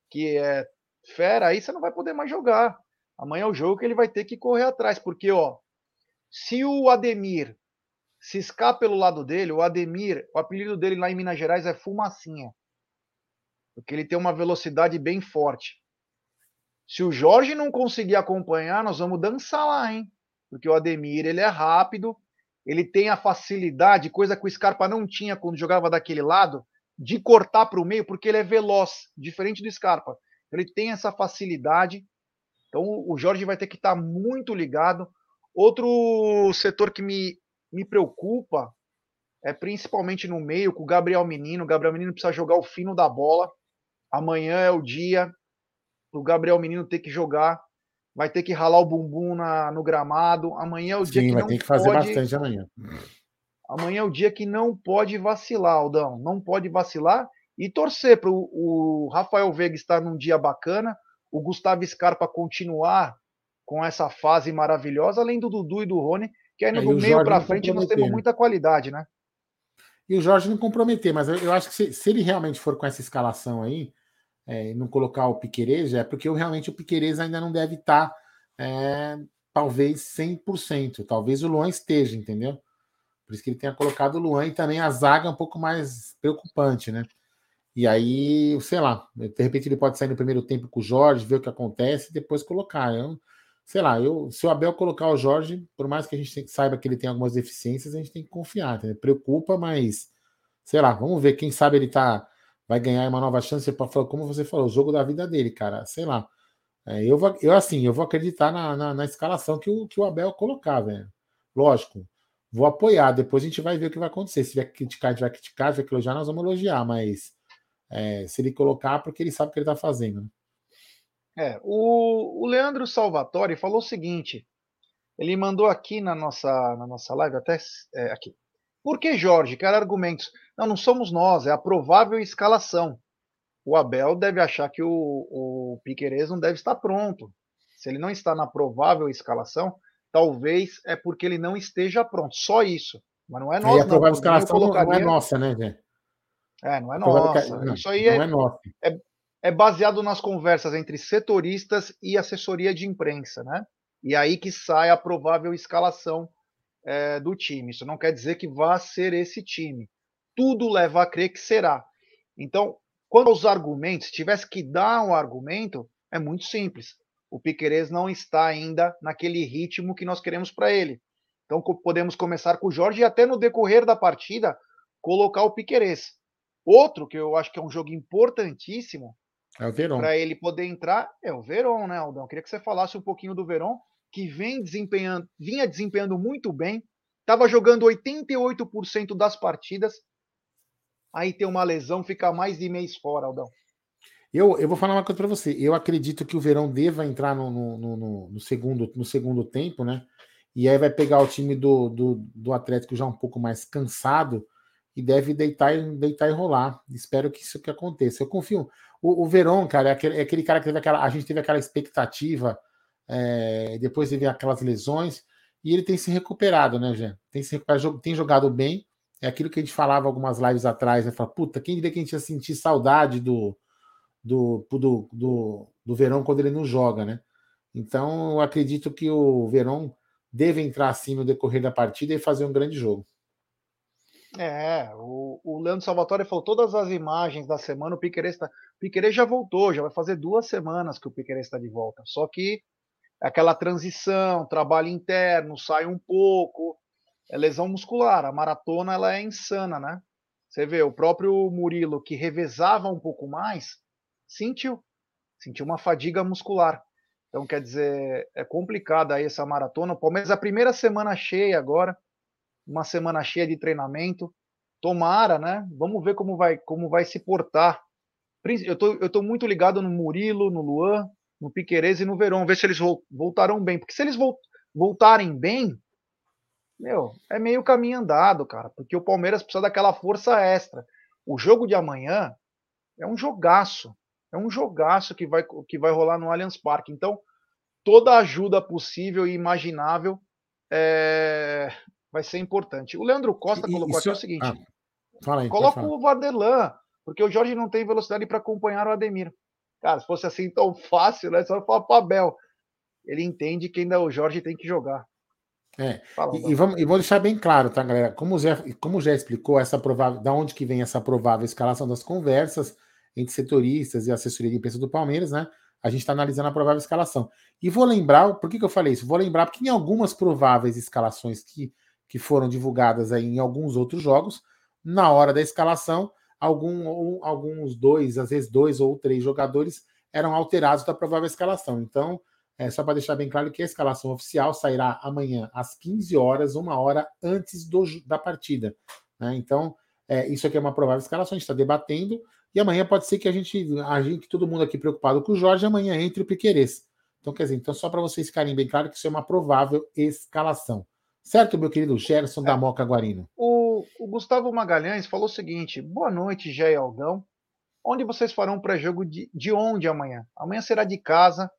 fera, aí você não vai poder mais jogar. Amanhã é o jogo que ele vai ter que correr atrás, porque ó, se o Ademir se escapa pelo lado dele, o Ademir, o apelido dele lá em Minas Gerais é Fumacinha, porque ele tem uma velocidade bem forte. Se o Jorge não conseguir acompanhar, nós vamos dançar lá, hein? Porque o Ademir, ele é rápido, ele tem a facilidade, coisa que o Scarpa não tinha quando jogava daquele lado, de cortar para o meio, porque ele é veloz, diferente do Scarpa. Ele tem essa facilidade, então o Jorge vai ter que estar muito ligado. Outro setor que me preocupa é principalmente no meio, com o Gabriel Menino. O Gabriel Menino precisa jogar o fino da bola. Amanhã é o dia o Gabriel Menino ter que jogar, vai ter que ralar o bumbum no gramado. Amanhã é o dia que vai não ter que fazer pode. bastante amanhã. Amanhã é o dia que não pode vacilar, Aldão. Não pode vacilar e torcer para o Rafael Veiga estar num dia bacana, o Gustavo Scarpa continuar com essa fase maravilhosa, além do Dudu e do Rony, que aí do meio para frente nós temos muita qualidade, né? E o Jorge não comprometer, mas eu acho que se ele realmente for com essa escalação aí, não colocar o Piquerez, é porque realmente o Piquerez ainda não deve estar, talvez 100%. Talvez o Luan esteja, entendeu? Por isso que ele tenha colocado o Luan, e também a zaga é um pouco mais preocupante, né? E aí, sei lá, de repente ele pode sair no primeiro tempo com o Jorge, ver o que acontece e depois colocar. Sei lá, se o Abel colocar o Jorge, por mais que a gente saiba que ele tem algumas deficiências, a gente tem que confiar, entendeu? Preocupa, mas sei lá, vamos ver, quem sabe ele vai ganhar uma nova chance, como você falou, o jogo da vida dele, cara, sei lá. Eu vou acreditar na escalação que o Abel colocar, velho. Lógico, vou apoiar, depois a gente vai ver o que vai acontecer. Se vier criticar, a gente vai criticar, se vier elogiar, nós vamos elogiar, mas se ele colocar, porque ele sabe o que ele tá fazendo. Né? O Leandro Salvatore falou o seguinte, ele mandou aqui na nossa live, até aqui. Por que Jorge? Quero argumentos. Não somos nós, é a provável escalação. O Abel deve achar que o Piquerez não deve estar pronto. Se ele não está na provável escalação, talvez é porque ele não esteja pronto. Só isso. Mas não é nossa. E a provável escalação não é nossa, né, gente? Não é nossa. Isso aí não é nossa. É baseado nas conversas entre setoristas e assessoria de imprensa, né? E aí que sai a provável escalação do time. Isso não quer dizer que vá ser esse time. tudo leva a crer que será. Então, quanto aos argumentos, se tivesse que dar um argumento, é muito simples. O Piquerez não está ainda naquele ritmo que nós queremos para ele. Então, podemos começar com o Jorge e até no decorrer da partida colocar o Piquerez. Outro que eu acho que é um jogo importantíssimo É o Verón. para ele poder entrar é o Verón, né, Aldão? Queria que você falasse um pouquinho do Verón, que vinha desempenhando muito bem, estava jogando 88% das partidas, aí tem uma lesão, fica mais de mês fora, Aldão. Eu vou falar uma coisa para você. Eu acredito que o Verón deva entrar no segundo tempo, né? E aí vai pegar o time do Atlético já um pouco mais cansado e deve deitar e rolar. Espero que isso que aconteça. Eu confio. O Verón, cara, é aquele cara que a gente teve aquela expectativa, depois teve aquelas lesões, e ele tem se recuperado, né, Jean? Tem jogado bem. É aquilo que a gente falava algumas lives atrás, né? Fala, puta, quem diria que a gente ia sentir saudade do Verón quando ele não joga, né? Então, eu acredito que o Verón deve entrar assim no decorrer da partida e fazer um grande jogo. O Leandro Salvatore falou todas as imagens da semana, o Piquerez já voltou, já vai fazer 2 semanas que o Piquerez está de volta. Só que aquela transição, trabalho interno, sai um pouco, é lesão muscular. A maratona ela é insana, né? Você vê, o próprio Murilo, que revezava um pouco mais, sentiu uma fadiga muscular. Então, quer dizer, é complicada aí essa maratona. O Palmeiras, a primeira semana cheia agora, uma semana cheia de treinamento. Tomara, né? Vamos ver como vai se portar. Eu tô muito ligado no Murilo, no Luan, no Piquerez e no Verón, ver se eles voltarão bem. Porque se eles voltarem bem, é meio caminho andado, cara. Porque o Palmeiras precisa daquela força extra. O jogo de amanhã é um jogaço. É um jogaço que vai rolar no Allianz Parque. Então, toda ajuda possível e imaginável vai ser importante. O Leandro Costa colocou aqui o seguinte: fala aí, coloca o Varderlan, porque o Jorge não tem velocidade para acompanhar o Ademir. Cara, se fosse assim tão fácil, né? Só falar para o Abel. Ele entende que ainda o Jorge tem que jogar. E vou deixar bem claro, tá, galera? Como já explicou, da onde que vem essa provável escalação das conversas entre setoristas e assessoria de imprensa do Palmeiras, né? A gente está analisando a provável escalação. E vou lembrar, por que eu falei isso? Vou lembrar porque em algumas prováveis escalações que foram divulgadas aí em alguns outros jogos, na hora da escalação, alguns às vezes 2 ou 3 jogadores eram alterados da provável escalação. Então, só para deixar bem claro que a escalação oficial sairá amanhã às 15 horas, 1 hora antes da partida. Né? Então, isso aqui é uma provável escalação, a gente está debatendo, e amanhã pode ser que todo mundo aqui preocupado com o Jorge, amanhã entre o Piquerez. Então, quer dizer, só para vocês ficarem bem claro que isso é uma provável escalação. Certo, meu querido Gerson da Moca Guarino? O Gustavo Magalhães falou o seguinte: boa noite, Gé e Aldão. Onde vocês farão um pré-jogo de onde amanhã? Amanhã será de casa.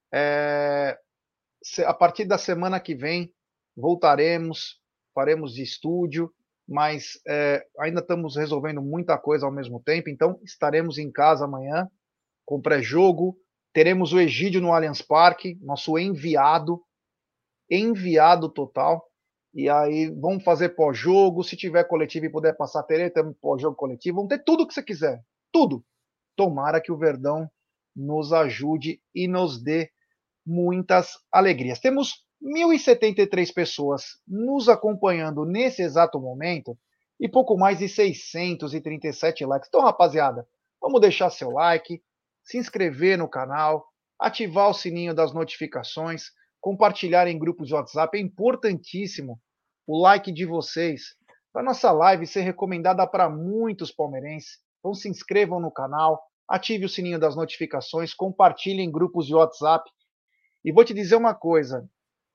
A partir da semana que vem faremos de estúdio, mas ainda estamos resolvendo muita coisa ao mesmo tempo, então estaremos em casa amanhã com pré-jogo. Teremos o Egídio no Allianz Parque, nosso enviado total. E aí vamos fazer pós-jogo, se tiver coletivo e puder passar, teremos pós-jogo coletivo, vamos ter tudo que você quiser, tudo. Tomara que o Verdão nos ajude e nos dê muitas alegrias. Temos 1.073 pessoas nos acompanhando nesse exato momento e pouco mais de 637 likes. Então, rapaziada, vamos deixar seu like, se inscrever no canal, ativar o sininho das notificações, compartilhar em grupos de WhatsApp. É importantíssimo o like de vocês para nossa live ser recomendada para muitos palmeirenses. Então se inscrevam no canal, ative o sininho das notificações, compartilhem em grupos de WhatsApp. E vou te dizer uma coisa.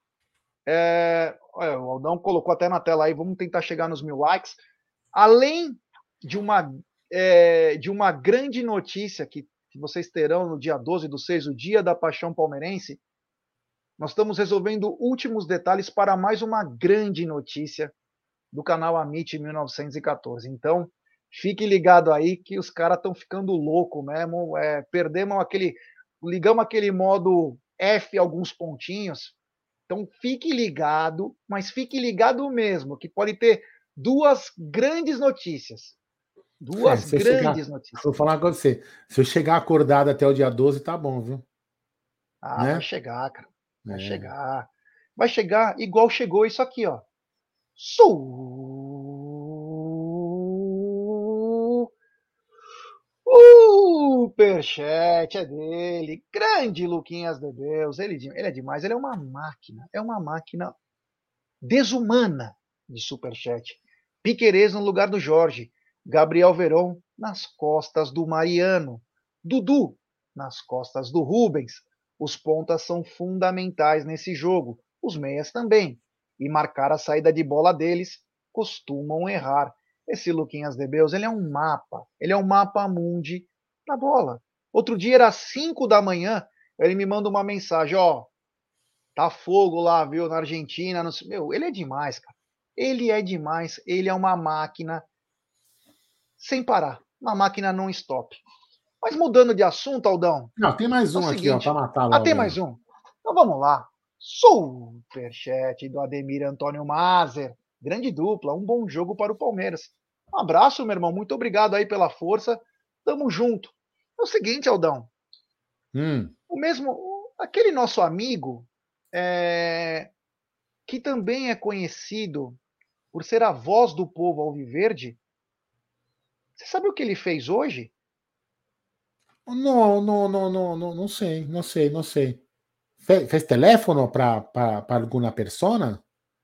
O Aldão colocou até na tela aí, vamos tentar chegar nos 1.000 likes. Além de uma grande notícia que vocês terão no dia 12/6, o Dia da Paixão Palmeirense, nós estamos resolvendo últimos detalhes para mais uma grande notícia do canal Amit 1914. Então, fique ligado aí que os caras estão ficando loucos mesmo. Ligamos aquele modo F alguns pontinhos. Então, fique ligado, mas fique ligado mesmo, que pode ter duas grandes notícias. Duas grandes notícias. Vou falar com você. Se eu chegar acordado até o dia 12, tá bom, viu? Ah, Né? vai chegar, cara. Vai chegar. Vai chegar igual chegou isso aqui, ó. Superchat é dele. Grande Luquinhas de Deus. Ele é demais. Ele é uma máquina. É uma máquina desumana de superchat. Piquerez no lugar do Jorge. Gabriel Veron nas costas do Mariano. Dudu nas costas do Rubens. Os pontas são fundamentais nesse jogo. Os meias também. E marcar a saída de bola deles costumam errar. Esse Luquinhas de Beus, ele é um mapa. Ele é um mapa mundi na bola. Outro dia era 5 da manhã, ele me manda uma mensagem, ó, tá fogo lá, viu, na Argentina. Meu, ele é demais, cara. Ele é demais. Ele é uma máquina sem parar. Uma máquina non-stop. Mas mudando de assunto, Aldão. Não, tem mais um aqui, ó, pra matar logo. Ah, tem mais um? Então vamos lá. Superchat do Ademir Antônio Mazer. Grande dupla, um bom jogo para o Palmeiras. Um abraço, meu irmão. Muito obrigado aí pela força. Tamo junto. É o seguinte, Aldão. O mesmo, aquele nosso amigo, que também é conhecido por ser a voz do povo alviverde. Você sabe o que ele fez hoje? Não sei. Fez telefone para alguma persona?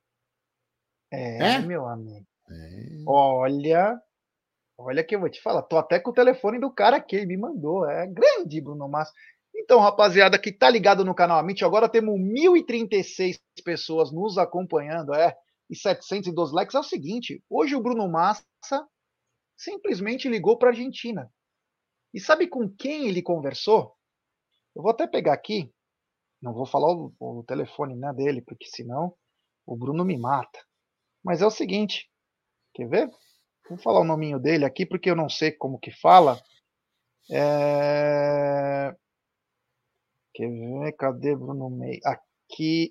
Meu amigo. Olha que eu vou te falar. Tô até com o telefone do cara que ele me mandou. É grande, Bruno Massa. Então, rapaziada que tá ligado no canal Amit, agora temos 1.036 pessoas nos acompanhando, e 712 likes. É o seguinte, hoje o Bruno Massa simplesmente ligou para a Argentina. E sabe com quem ele conversou? Eu vou até pegar aqui. Não vou falar o telefone, né, dele, porque senão o Bruno me mata. Mas é o seguinte, quer ver? Vou falar o nominho dele aqui, porque eu não sei como que fala. Quer ver? Cadê Bruno Meio? Aqui.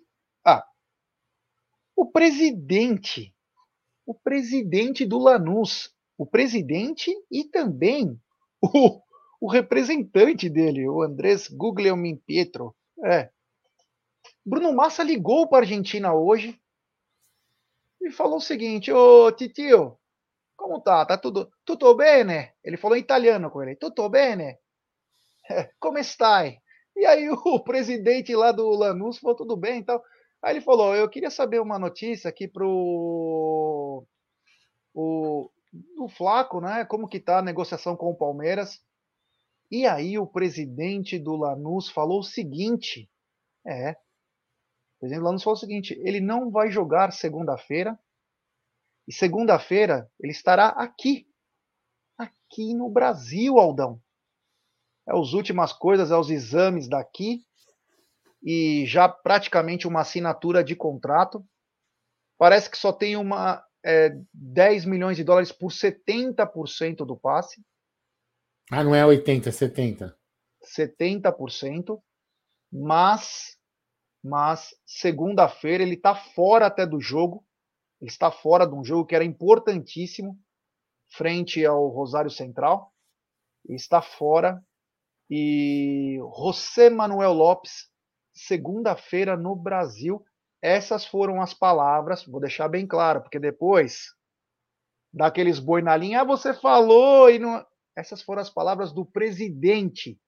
O presidente do Lanús. O presidente e também o representante dele, o Andrés Guglielmin Pietro. Bruno Massa ligou para a Argentina hoje e falou o seguinte: ô titio, como tá? Tá tudo bene? Ele falou em italiano com ele: tutto bene? Como stai? E aí o presidente lá do Lanús falou: tudo bem e tal. Aí ele falou: eu queria saber uma notícia aqui pro o Flaco, né? Como que tá a negociação com o Palmeiras? E aí o presidente do Lanús falou o seguinte: o presidente do Lanús falou o seguinte, ele não vai jogar segunda-feira, e segunda-feira ele estará aqui no Brasil, Aldão. As últimas coisas, os exames daqui, e já praticamente uma assinatura de contrato. Parece que só tem 10 milhões de dólares por 70% do passe. Não é 80, é 70. 70%, mas segunda-feira ele está fora até do jogo. Ele está fora de um jogo que era importantíssimo, frente ao Rosário Central. Ele está fora. E José Manuel Lopes, segunda-feira no Brasil. Essas foram as palavras, vou deixar bem claro, porque depois daqueles boi na linha, você falou e não... Essas foram as palavras do presidente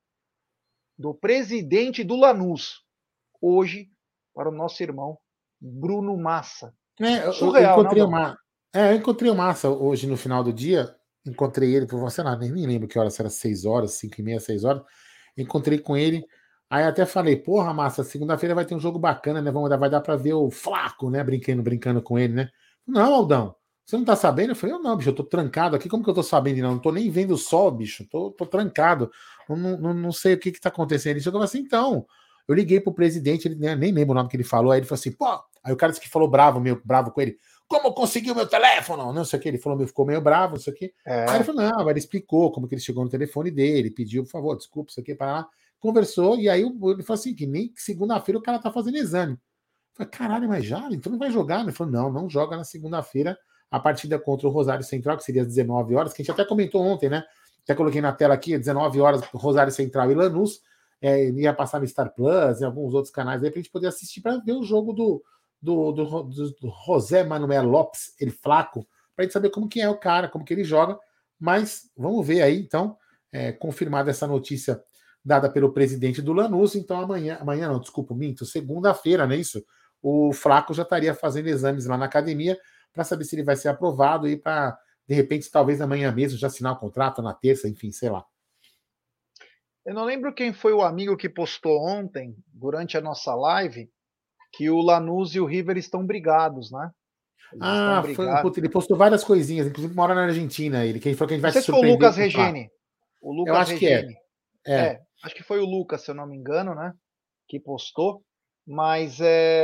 do Lanús, hoje, para o nosso irmão Bruno Massa. Surreal, eu encontrei o Massa hoje no final do dia. Encontrei ele, sei lá, nem lembro que hora, se era 6 horas, 5h30, 6 horas. Encontrei com ele. Aí até falei, porra, Massa, segunda-feira vai ter um jogo bacana, né? Vai dar pra ver o Flaco, né? Brincando com ele, né? Não, Aldão, você não tá sabendo? Eu falei, não, bicho, eu tô trancado aqui. Como que eu tô sabendo? Não tô nem vendo o sol, bicho. Tô trancado. Não sei o que tá acontecendo. Ele chegou assim, então. Eu liguei pro presidente, ele nem lembro o nome que ele falou. Aí ele falou assim, pô. Aí o cara disse que falou bravo com ele. Como conseguiu meu telefone? Não sei o que. Ele falou, ficou meio bravo, isso aqui. Aí ele falou, não, ele explicou como que ele chegou no telefone dele, pediu, por favor, desculpa, isso aqui, para lá. Conversou, e aí ele falou assim, que nem segunda-feira o cara tá fazendo exame. Eu falei, caralho, mas já? Então não vai jogar? Ele falou, não joga na segunda-feira a partida contra o Rosário Central, que seria às 19 horas, que a gente até comentou ontem, né? Até coloquei na tela aqui, 19 horas, Rosário Central e Lanús. Ia passar no Star Plus, em alguns outros canais aí, para a gente poder assistir para ver o jogo do José Manuel Lopes, ele Flaco, para a gente saber como que é o cara, como que ele joga. Mas vamos ver aí, então, confirmada essa notícia dada pelo presidente do Lanús. Então amanhã não, desculpa, minto, segunda-feira, não é isso? O Flaco já estaria fazendo exames lá na academia para saber se ele vai ser aprovado e para, de repente, talvez amanhã mesmo já assinar o contrato, na terça, enfim, sei lá. Eu não lembro quem foi o amigo que postou ontem, durante a nossa live, que o Lanús e o River estão brigados, né? Eles estão brigados. Ele postou várias coisinhas, inclusive mora na Argentina, ele, quem falou que a gente vai Não sei se se foi o surpreender Lucas com o Flaco. Regeni. O Eu Lucas acho que é. Regeni. Acho que foi o Lucas, se eu não me engano, né? Que postou. Mas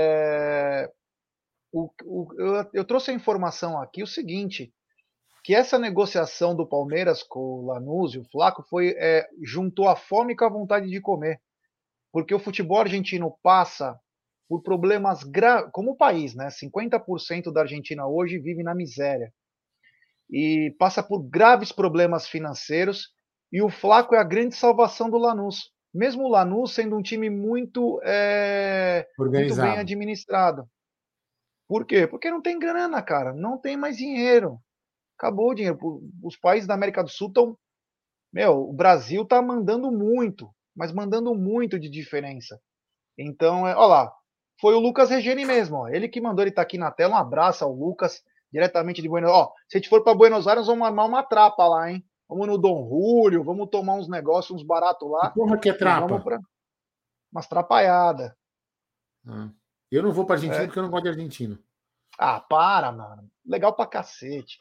eu trouxe a informação aqui o seguinte, que essa negociação do Palmeiras com o Lanús e o Flaco juntou a fome com a vontade de comer. Porque o futebol argentino passa por problemas graves, como o país, né? 50% da Argentina hoje vive na miséria. E passa por graves problemas financeiros, e o Flaco é a grande salvação do Lanús. Mesmo o Lanús sendo um time muito bem administrado. Por quê? Porque não tem grana, cara. Não tem mais dinheiro. Acabou o dinheiro. Os países da América do Sul estão... o Brasil está mandando muito, mas mandando muito de diferença. Então, olha lá, foi o Lucas Regeni mesmo, ó, ele que mandou, ele tá aqui na tela, um abraço ao Lucas, diretamente de Buenos Aires. Ó, se a gente for para Buenos Aires, vamos armar uma trapa lá, hein? Vamos no Dom Julio, vamos tomar uns negócios, uns baratos lá. Que porra que é trapa? Vamos pra umas trapalhadas. Eu não vou pra Argentina porque eu não gosto de argentino. Ah, para, mano. Legal pra cacete.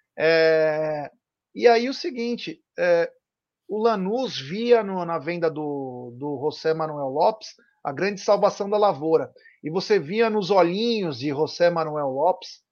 E aí o seguinte, o Lanús via na venda do José Manuel Lopes a grande salvação da lavoura. E você via nos olhinhos de José Manuel Lopes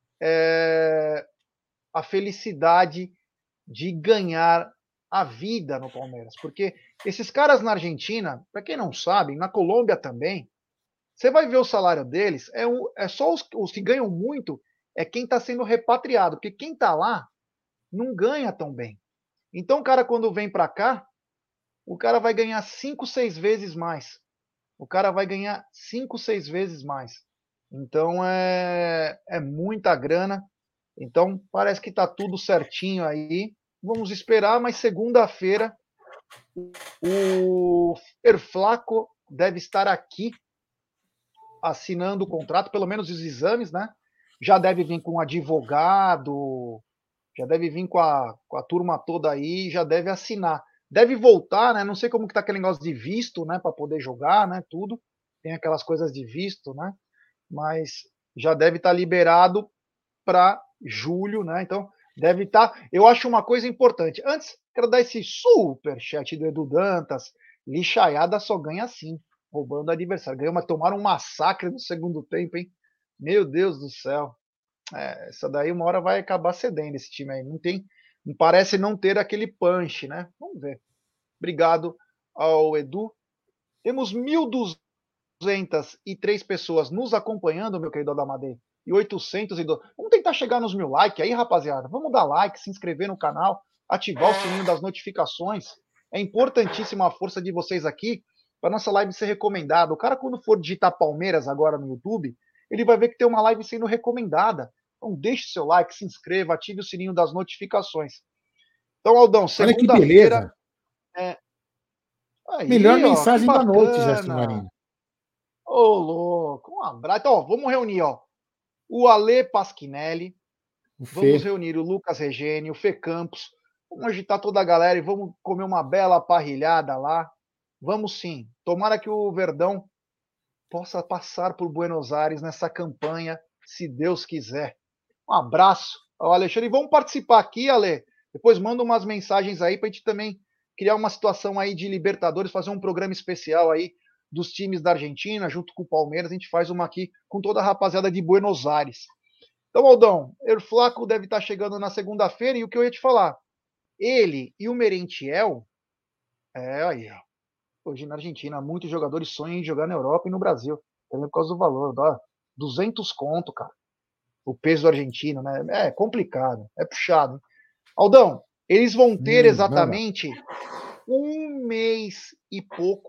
a felicidade de ganhar a vida no Palmeiras. Porque esses caras na Argentina, para quem não sabe, na Colômbia também, você vai ver o salário deles, só os que ganham muito é quem está sendo repatriado. Porque quem está lá não ganha tão bem. Então o cara, quando vem para cá, o cara vai ganhar 5, 6 vezes mais. O cara vai ganhar 5, 6 vezes mais. Então é muita grana. Então parece que está tudo certinho aí. Vamos esperar, mas segunda-feira o Flaco deve estar aqui assinando o contrato, pelo menos os exames, né? Já deve vir com um advogado, já deve vir com a turma toda aí, já deve assinar. Deve voltar, né? Não sei como que tá aquele negócio de visto, né? Para poder jogar, né? Tudo. Tem aquelas coisas de visto, né? Mas já deve estar liberado para julho, né? Então, deve estar... Eu acho uma coisa importante. Antes, quero dar esse super chat do Edu Dantas. Lixaiada só ganha assim, roubando adversário. Tomaram um massacre no segundo tempo, hein? Meu Deus do céu. Essa daí uma hora vai acabar cedendo esse time aí. Parece não ter aquele punch, né? Vamos ver. Obrigado ao Edu. Temos 1.203 pessoas nos acompanhando, meu querido Adamadei. E 802. Vamos tentar chegar nos 1.000 likes aí, rapaziada. Vamos dar like, se inscrever no canal, ativar o sininho das notificações. É importantíssima a força de vocês aqui para nossa live ser recomendada. O cara, quando for digitar Palmeiras agora no YouTube, ele vai ver que tem uma live sendo recomendada. Então deixe seu like, se inscreva, ative o sininho das notificações. Então, Aldão, segunda-feira... Melhor mensagem da noite, Gerson Marino. Ô, louco, um abraço. Então, vamos reunir, ó. O Ale Pasquinelli, vamos reunir o Lucas Regeni, o Fê Campos, vamos agitar toda a galera e vamos comer uma bela parrilhada lá. Vamos sim. Tomara que o Verdão possa passar por Buenos Aires nessa campanha, se Deus quiser. Um abraço ao Alexandre. E vamos participar aqui, Ale. Depois manda umas mensagens aí para a gente também criar uma situação aí de Libertadores, fazer um programa especial aí dos times da Argentina, junto com o Palmeiras. A gente faz uma aqui com toda a rapaziada de Buenos Aires. Então, Aldão, o Flaco deve estar chegando na segunda-feira, e o que eu ia te falar, ele e o Merentiel, aí, ó. Hoje na Argentina, muitos jogadores sonham em jogar na Europa e no Brasil. Também por causa do valor. Dá 200 conto, cara. o peso do argentino, né? É complicado, é puxado. Hein? Aldão, eles vão ter exatamente um mês e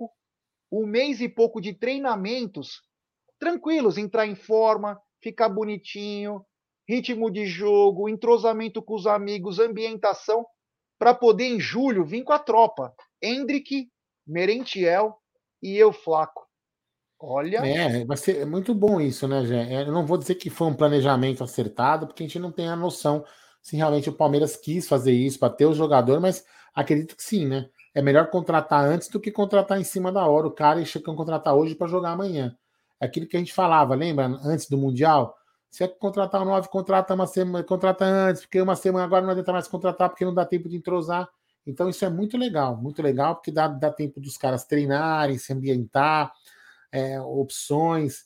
pouco de treinamentos tranquilos, entrar em forma, ficar bonitinho, ritmo de jogo, entrosamento com os amigos, ambientação, para poder em julho vir com a tropa. Hendrick, Merentiel e eu, Flaco. Olha. Vai ser muito bom isso, né, Gé? Eu não vou dizer que foi um planejamento acertado, porque a gente não tem a noção se realmente o Palmeiras quis fazer isso para ter o jogador, mas acredito que sim, né? É melhor contratar antes do que contratar em cima da hora o cara e chegam a contratar hoje para jogar amanhã. É aquilo que a gente falava, lembra? Antes do Mundial? Se é contratar o 9, contrata uma semana, contrata antes, porque uma semana agora não adianta mais contratar, porque não dá tempo de entrosar. Então isso é muito legal, porque dá tempo dos caras treinarem, se ambientar. Opções,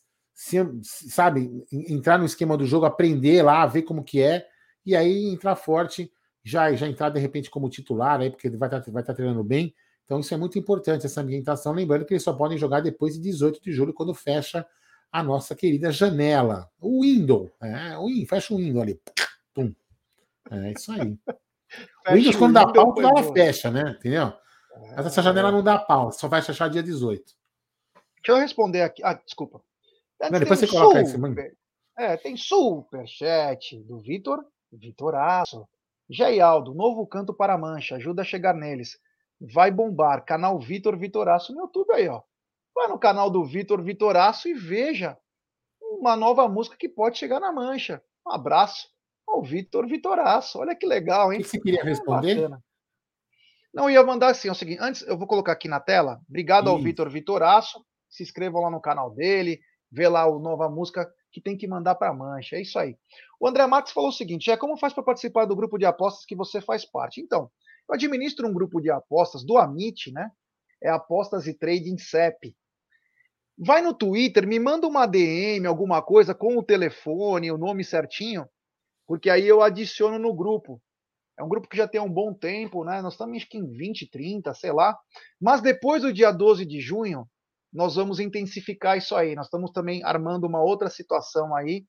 sabe, entrar no esquema do jogo, aprender lá, ver como que é, e aí entrar forte, já entrar de repente como titular, aí, porque vai estar treinando bem. Então isso é muito importante, essa ambientação, lembrando que eles só podem jogar depois de 18 de julho, quando fecha a nossa querida janela, o window, fecha o window ali, pum. É isso aí. O Windows, quando dá pau, ela fecha, né? Entendeu? Mas essa janela não dá pau, só vai fechar dia 18. Deixa eu responder aqui. Desculpa. Não, depois você coloca isso, mano. Tem superchat do Vitoraço. Jaialdo, novo canto para a Mancha, ajuda a chegar neles. Vai bombar. Canal Vitor Vitoraço no YouTube aí, ó. Vai no canal do Vitor Vitoraço e veja uma nova música que pode chegar na Mancha. Um abraço ao Vitor Vitoraço. Olha que legal, hein? O que você queria responder? Bacana. Não, eu ia mandar assim, é o seguinte, antes eu vou colocar aqui na tela. Obrigado ao Vitor Vitoraço. Se inscrevam lá no canal dele, vê lá a nova música que tem que mandar para a Mancha. É isso aí. O André Matos falou o seguinte: como faz para participar do grupo de apostas que você faz parte? Então, eu administro um grupo de apostas do Amit, né? É Apostas e Trading CEP. Vai no Twitter, me manda uma DM, alguma coisa com o telefone, o nome certinho, porque aí eu adiciono no grupo. É um grupo que já tem um bom tempo, né? Nós estamos acho que em 20, 30, sei lá. Mas depois do dia 12 de junho, nós vamos intensificar isso aí. Nós estamos também armando uma outra situação aí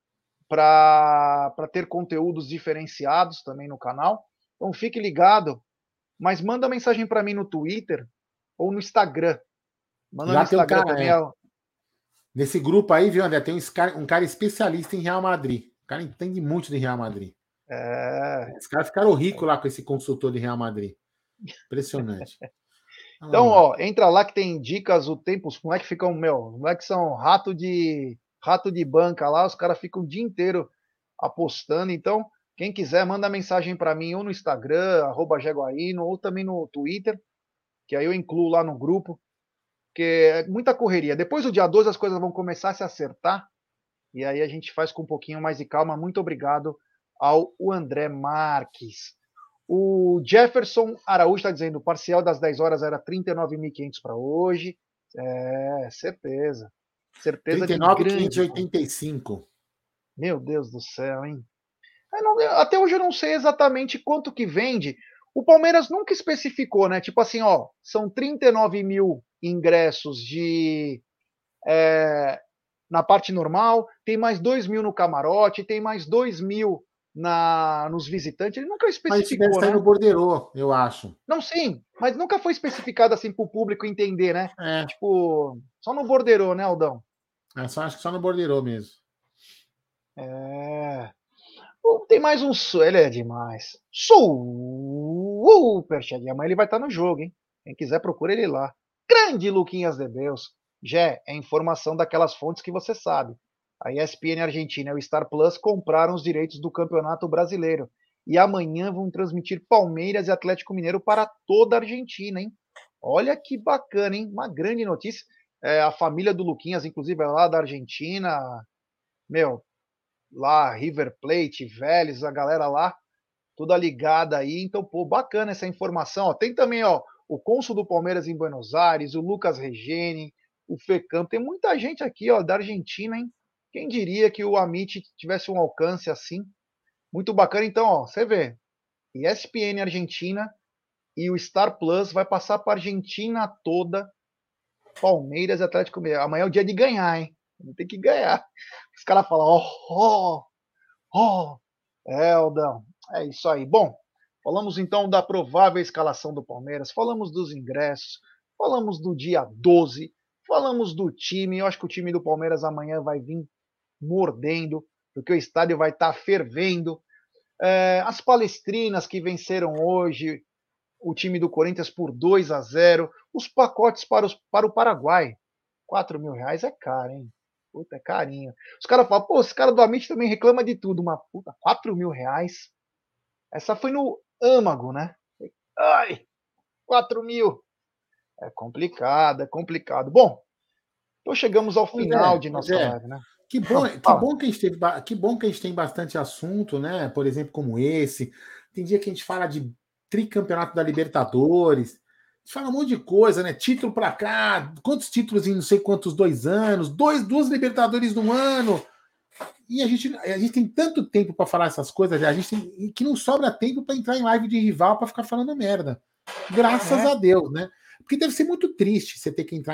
para ter conteúdos diferenciados também no canal. Então fique ligado, mas manda mensagem para mim no Twitter ou no Instagram. Manda lá no Instagram também. Nesse grupo aí, viu, André? Tem um cara especialista em Real Madrid. O cara entende muito de Real Madrid. Os caras ficaram ricos lá com esse consultor de Real Madrid. Impressionante. Então, entra lá que tem dicas o tempo. Os moleques ficam, os moleques são rato de banca lá, os caras ficam o dia inteiro apostando. Então, quem quiser, manda mensagem para mim ou no Instagram, @Jaguarino, ou também no Twitter, que aí eu incluo lá no grupo, porque é muita correria. Depois do dia 12 as coisas vão começar a se acertar, e aí a gente faz com um pouquinho mais de calma. Muito obrigado ao André Marques. O Jefferson Araújo está dizendo: o parcial das 10 horas era 39.500 para hoje. Certeza. Certeza 39.585. Meu Deus do céu, hein? Até hoje eu não sei exatamente quanto que vende. O Palmeiras nunca especificou, né? Tipo assim, são 39 mil ingressos na parte normal, tem mais 2 mil no camarote, tem mais 2 mil nos visitantes. Ele nunca especificou, mas isso deve estar no borderô, eu acho. Não, sim, mas nunca foi especificado assim para o público entender, né? É. Tipo, só no borderô, né, Aldão? Acho que só no borderô mesmo. Tem mais um. Ele é demais. Superchat. Amanhã ele vai estar no jogo, hein? Quem quiser, procura ele lá. Grande Luquinhas de Deus. Jé, é informação daquelas fontes que você sabe. A ESPN Argentina e o Star Plus compraram os direitos do Campeonato Brasileiro. E amanhã vão transmitir Palmeiras e Atlético Mineiro para toda a Argentina, hein? Olha que bacana, hein? Uma grande notícia. A família do Luquinhas, inclusive, é lá da Argentina. Lá, River Plate, Vélez, a galera lá, toda ligada aí. Então, bacana essa informação. Tem também, o cônsul do Palmeiras em Buenos Aires, o Lucas Regeni, o Fecampo. Tem muita gente aqui, da Argentina, hein? Quem diria que o Amit tivesse um alcance assim? Muito bacana. Então, você vê, ESPN Argentina e o Star Plus vai passar para a Argentina toda, Palmeiras e Atlético Mineiro. Amanhã é o dia de ganhar, hein? Tem que ganhar. Os caras falam, Oh, Aldão, é isso aí. Bom, falamos então da provável escalação do Palmeiras, falamos dos ingressos, falamos do dia 12, falamos do time. Eu acho que o time do Palmeiras amanhã vai vir mordendo, porque o estádio vai estar fervendo. As palestrinas que venceram hoje, o time do Corinthians por 2-0, os pacotes para o Paraguai. R$ 4.000 é caro, hein? Puta, é carinho. Os caras falam, pô, esse cara do Amit também reclama de tudo, mas puta, R$ 4.000. Essa foi no âmago, né? Ai, 4.000. É complicado, é complicado. Bom, então chegamos ao final de nossa live, né? Que bom que a gente tem bastante assunto, né? Por exemplo, como esse. Tem dia que a gente fala de tricampeonato da Libertadores, a gente fala um monte de coisa, né? Título pra cá, quantos títulos em não sei quantos 2 anos, duas Libertadores no ano. E a gente tem tanto tempo para falar essas coisas, a gente tem, que não sobra tempo para entrar em live de rival para ficar falando merda. Graças a Deus, né? Porque deve ser muito triste você ter que entrar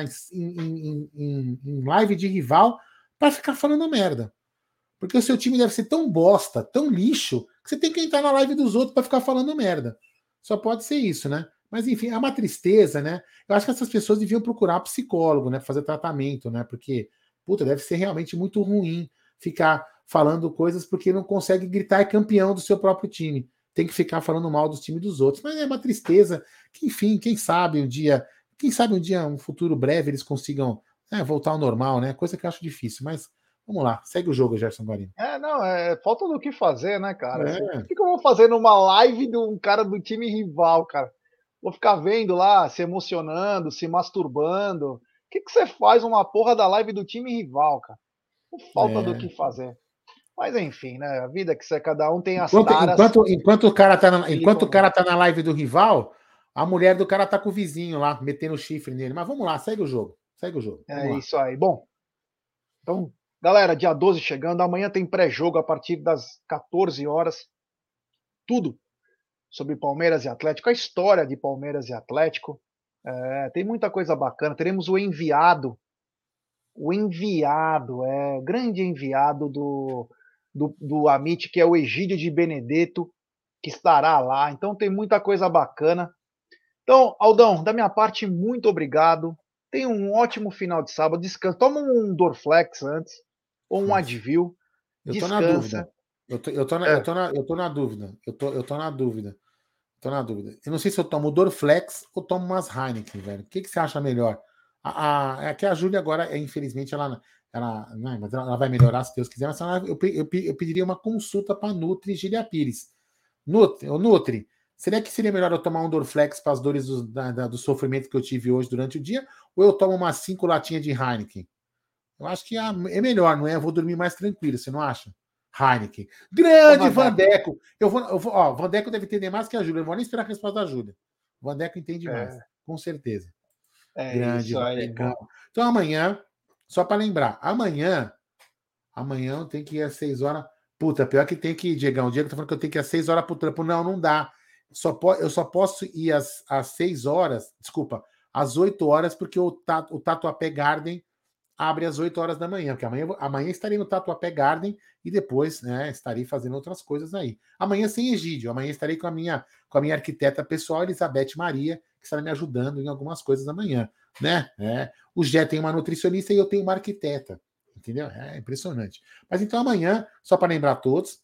em live de rival para ficar falando merda. Porque o seu time deve ser tão bosta, tão lixo, que você tem que entrar na live dos outros para ficar falando merda. Só pode ser isso, né? Mas enfim, é uma tristeza, né? Eu acho que essas pessoas deviam procurar psicólogo, né? Pra fazer tratamento, né? Porque, puta, deve ser realmente muito ruim ficar falando coisas porque não consegue gritar é campeão do seu próprio time. Tem que ficar falando mal dos times dos outros. Mas é uma tristeza que, enfim, quem sabe um dia, um futuro breve, eles consigam voltar ao normal, né? Coisa que eu acho difícil, mas vamos lá, segue o jogo, Gerson Guarino. Não, falta do que fazer, né, cara? É. O que eu vou fazer numa live de um cara do time rival, cara? Vou ficar vendo lá, se emocionando, se masturbando. O que você faz numa porra da live do time rival, cara? Falta do que fazer. Mas enfim, né? A vida que cada um tem as taras. Enquanto o cara tá na live do rival, a mulher do cara tá com o vizinho lá, metendo chifre nele. Mas vamos lá, segue o jogo. Segue o jogo. Isso aí. Bom, então, galera, dia 12 chegando. Amanhã tem pré-jogo a partir das 14 horas. Tudo sobre Palmeiras e Atlético, a história de Palmeiras e Atlético. Tem muita coisa bacana. Teremos o enviado, o grande enviado do Amit, que é o Egídio de Benedetto, que estará lá. Então tem muita coisa bacana. Então, Aldão, da minha parte, muito obrigado. Tenha um ótimo final de sábado. Descansa. Toma um Dorflex antes, ou um Advil. Descansa. Eu tô na dúvida. Eu não sei se eu tomo Dorflex ou tomo umas Heineken, velho. O que você acha melhor? É que a Júlia agora, infelizmente, ela vai melhorar se Deus quiser, mas eu pediria uma consulta para a Nutri Gilia Pires. Nutri, será que seria melhor eu tomar um Dorflex para as dores do sofrimento que eu tive hoje durante o dia, ou eu tomo umas 5 latinhas de Heineken? Eu acho que é melhor, não é? Eu vou dormir mais tranquilo, você não acha? Heineken. Grande Vandeco. Vandeco deve entender mais que a Júlia. Eu não vou nem esperar a resposta da Júlia. Vandeco entende mais, com certeza. Grande Vandecão. Então amanhã, só para lembrar, amanhã eu tenho que ir às 6 horas. Puta, pior que tem que ir, Diegão. O Diego tá falando que eu tenho que ir às 6 horas pro trampo. Não dá. Eu só posso ir às 6 horas, desculpa, às 8 horas, porque o Tatuapé Garden abre às 8 horas da manhã, porque amanhã estarei no Tatuapé Garden e depois, né, estarei fazendo outras coisas aí. Amanhã sem Egídio, amanhã estarei com a minha arquiteta pessoal, Elizabeth Maria, que estará me ajudando em algumas coisas amanhã, né? O Jé tem uma nutricionista e eu tenho uma arquiteta, entendeu? É impressionante. Mas então amanhã, só para lembrar a todos,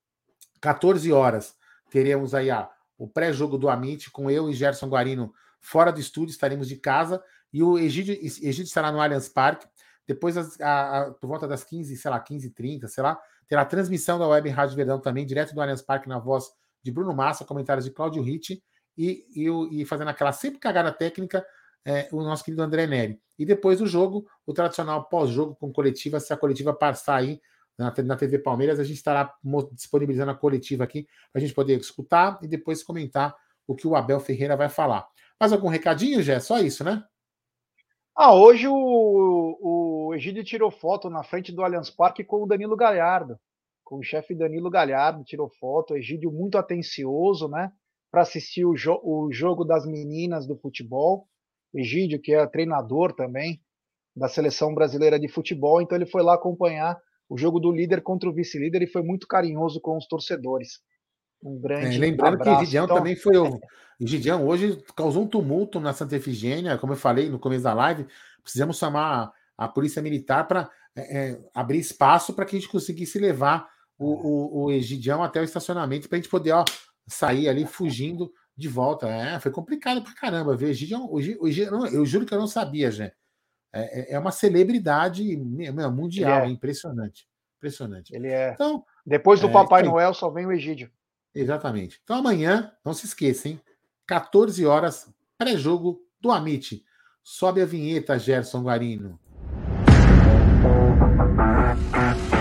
14 horas, teremos aí o pré-jogo do Amit com eu e Gerson Guarino fora do estúdio, estaremos de casa, e o Egídio estará no Allianz Parque. Depois, por volta das 15h30, sei lá, terá a transmissão da Web Rádio Verdão também, direto do Allianz Parque, na voz de Bruno Massa, comentários de Cláudio Ritt, e fazendo aquela sempre cagada técnica, o nosso querido André Neri. E depois do jogo, o tradicional pós-jogo com coletiva, se a coletiva passar aí na TV Palmeiras, a gente estará disponibilizando a coletiva aqui para a gente poder escutar e depois comentar o que o Abel Ferreira vai falar. Mais algum recadinho, Gé? Só isso, né? Hoje o Egídio tirou foto na frente do Allianz Parque com o Danilo Galhardo, com o chefe Danilo Galhardo, tirou foto. O Egídio muito atencioso, né, para assistir o jogo das meninas do futebol. O Egídio, que é treinador também da Seleção Brasileira de Futebol, então ele foi lá acompanhar o jogo do líder contra o vice-líder e foi muito carinhoso com os torcedores. Um grande lembrando abraço. que Egidião também foi o Egidião hoje causou um tumulto na Santa Efigênia, como eu falei no começo da live. Precisamos chamar a Polícia Militar para abrir espaço para que a gente conseguisse levar o Egidião até o estacionamento para a gente poder sair ali fugindo de volta. Foi complicado pra caramba ver Egidião. Eu juro que eu não sabia, gente. É uma celebridade mundial, é impressionante. Impressionante. Ele é. Então, depois do Papai Noel só vem o Egídio. Exatamente. Então amanhã, não se esqueça, hein? 14 horas, pré-jogo do Amit. Sobe a vinheta, Gerson Guarino.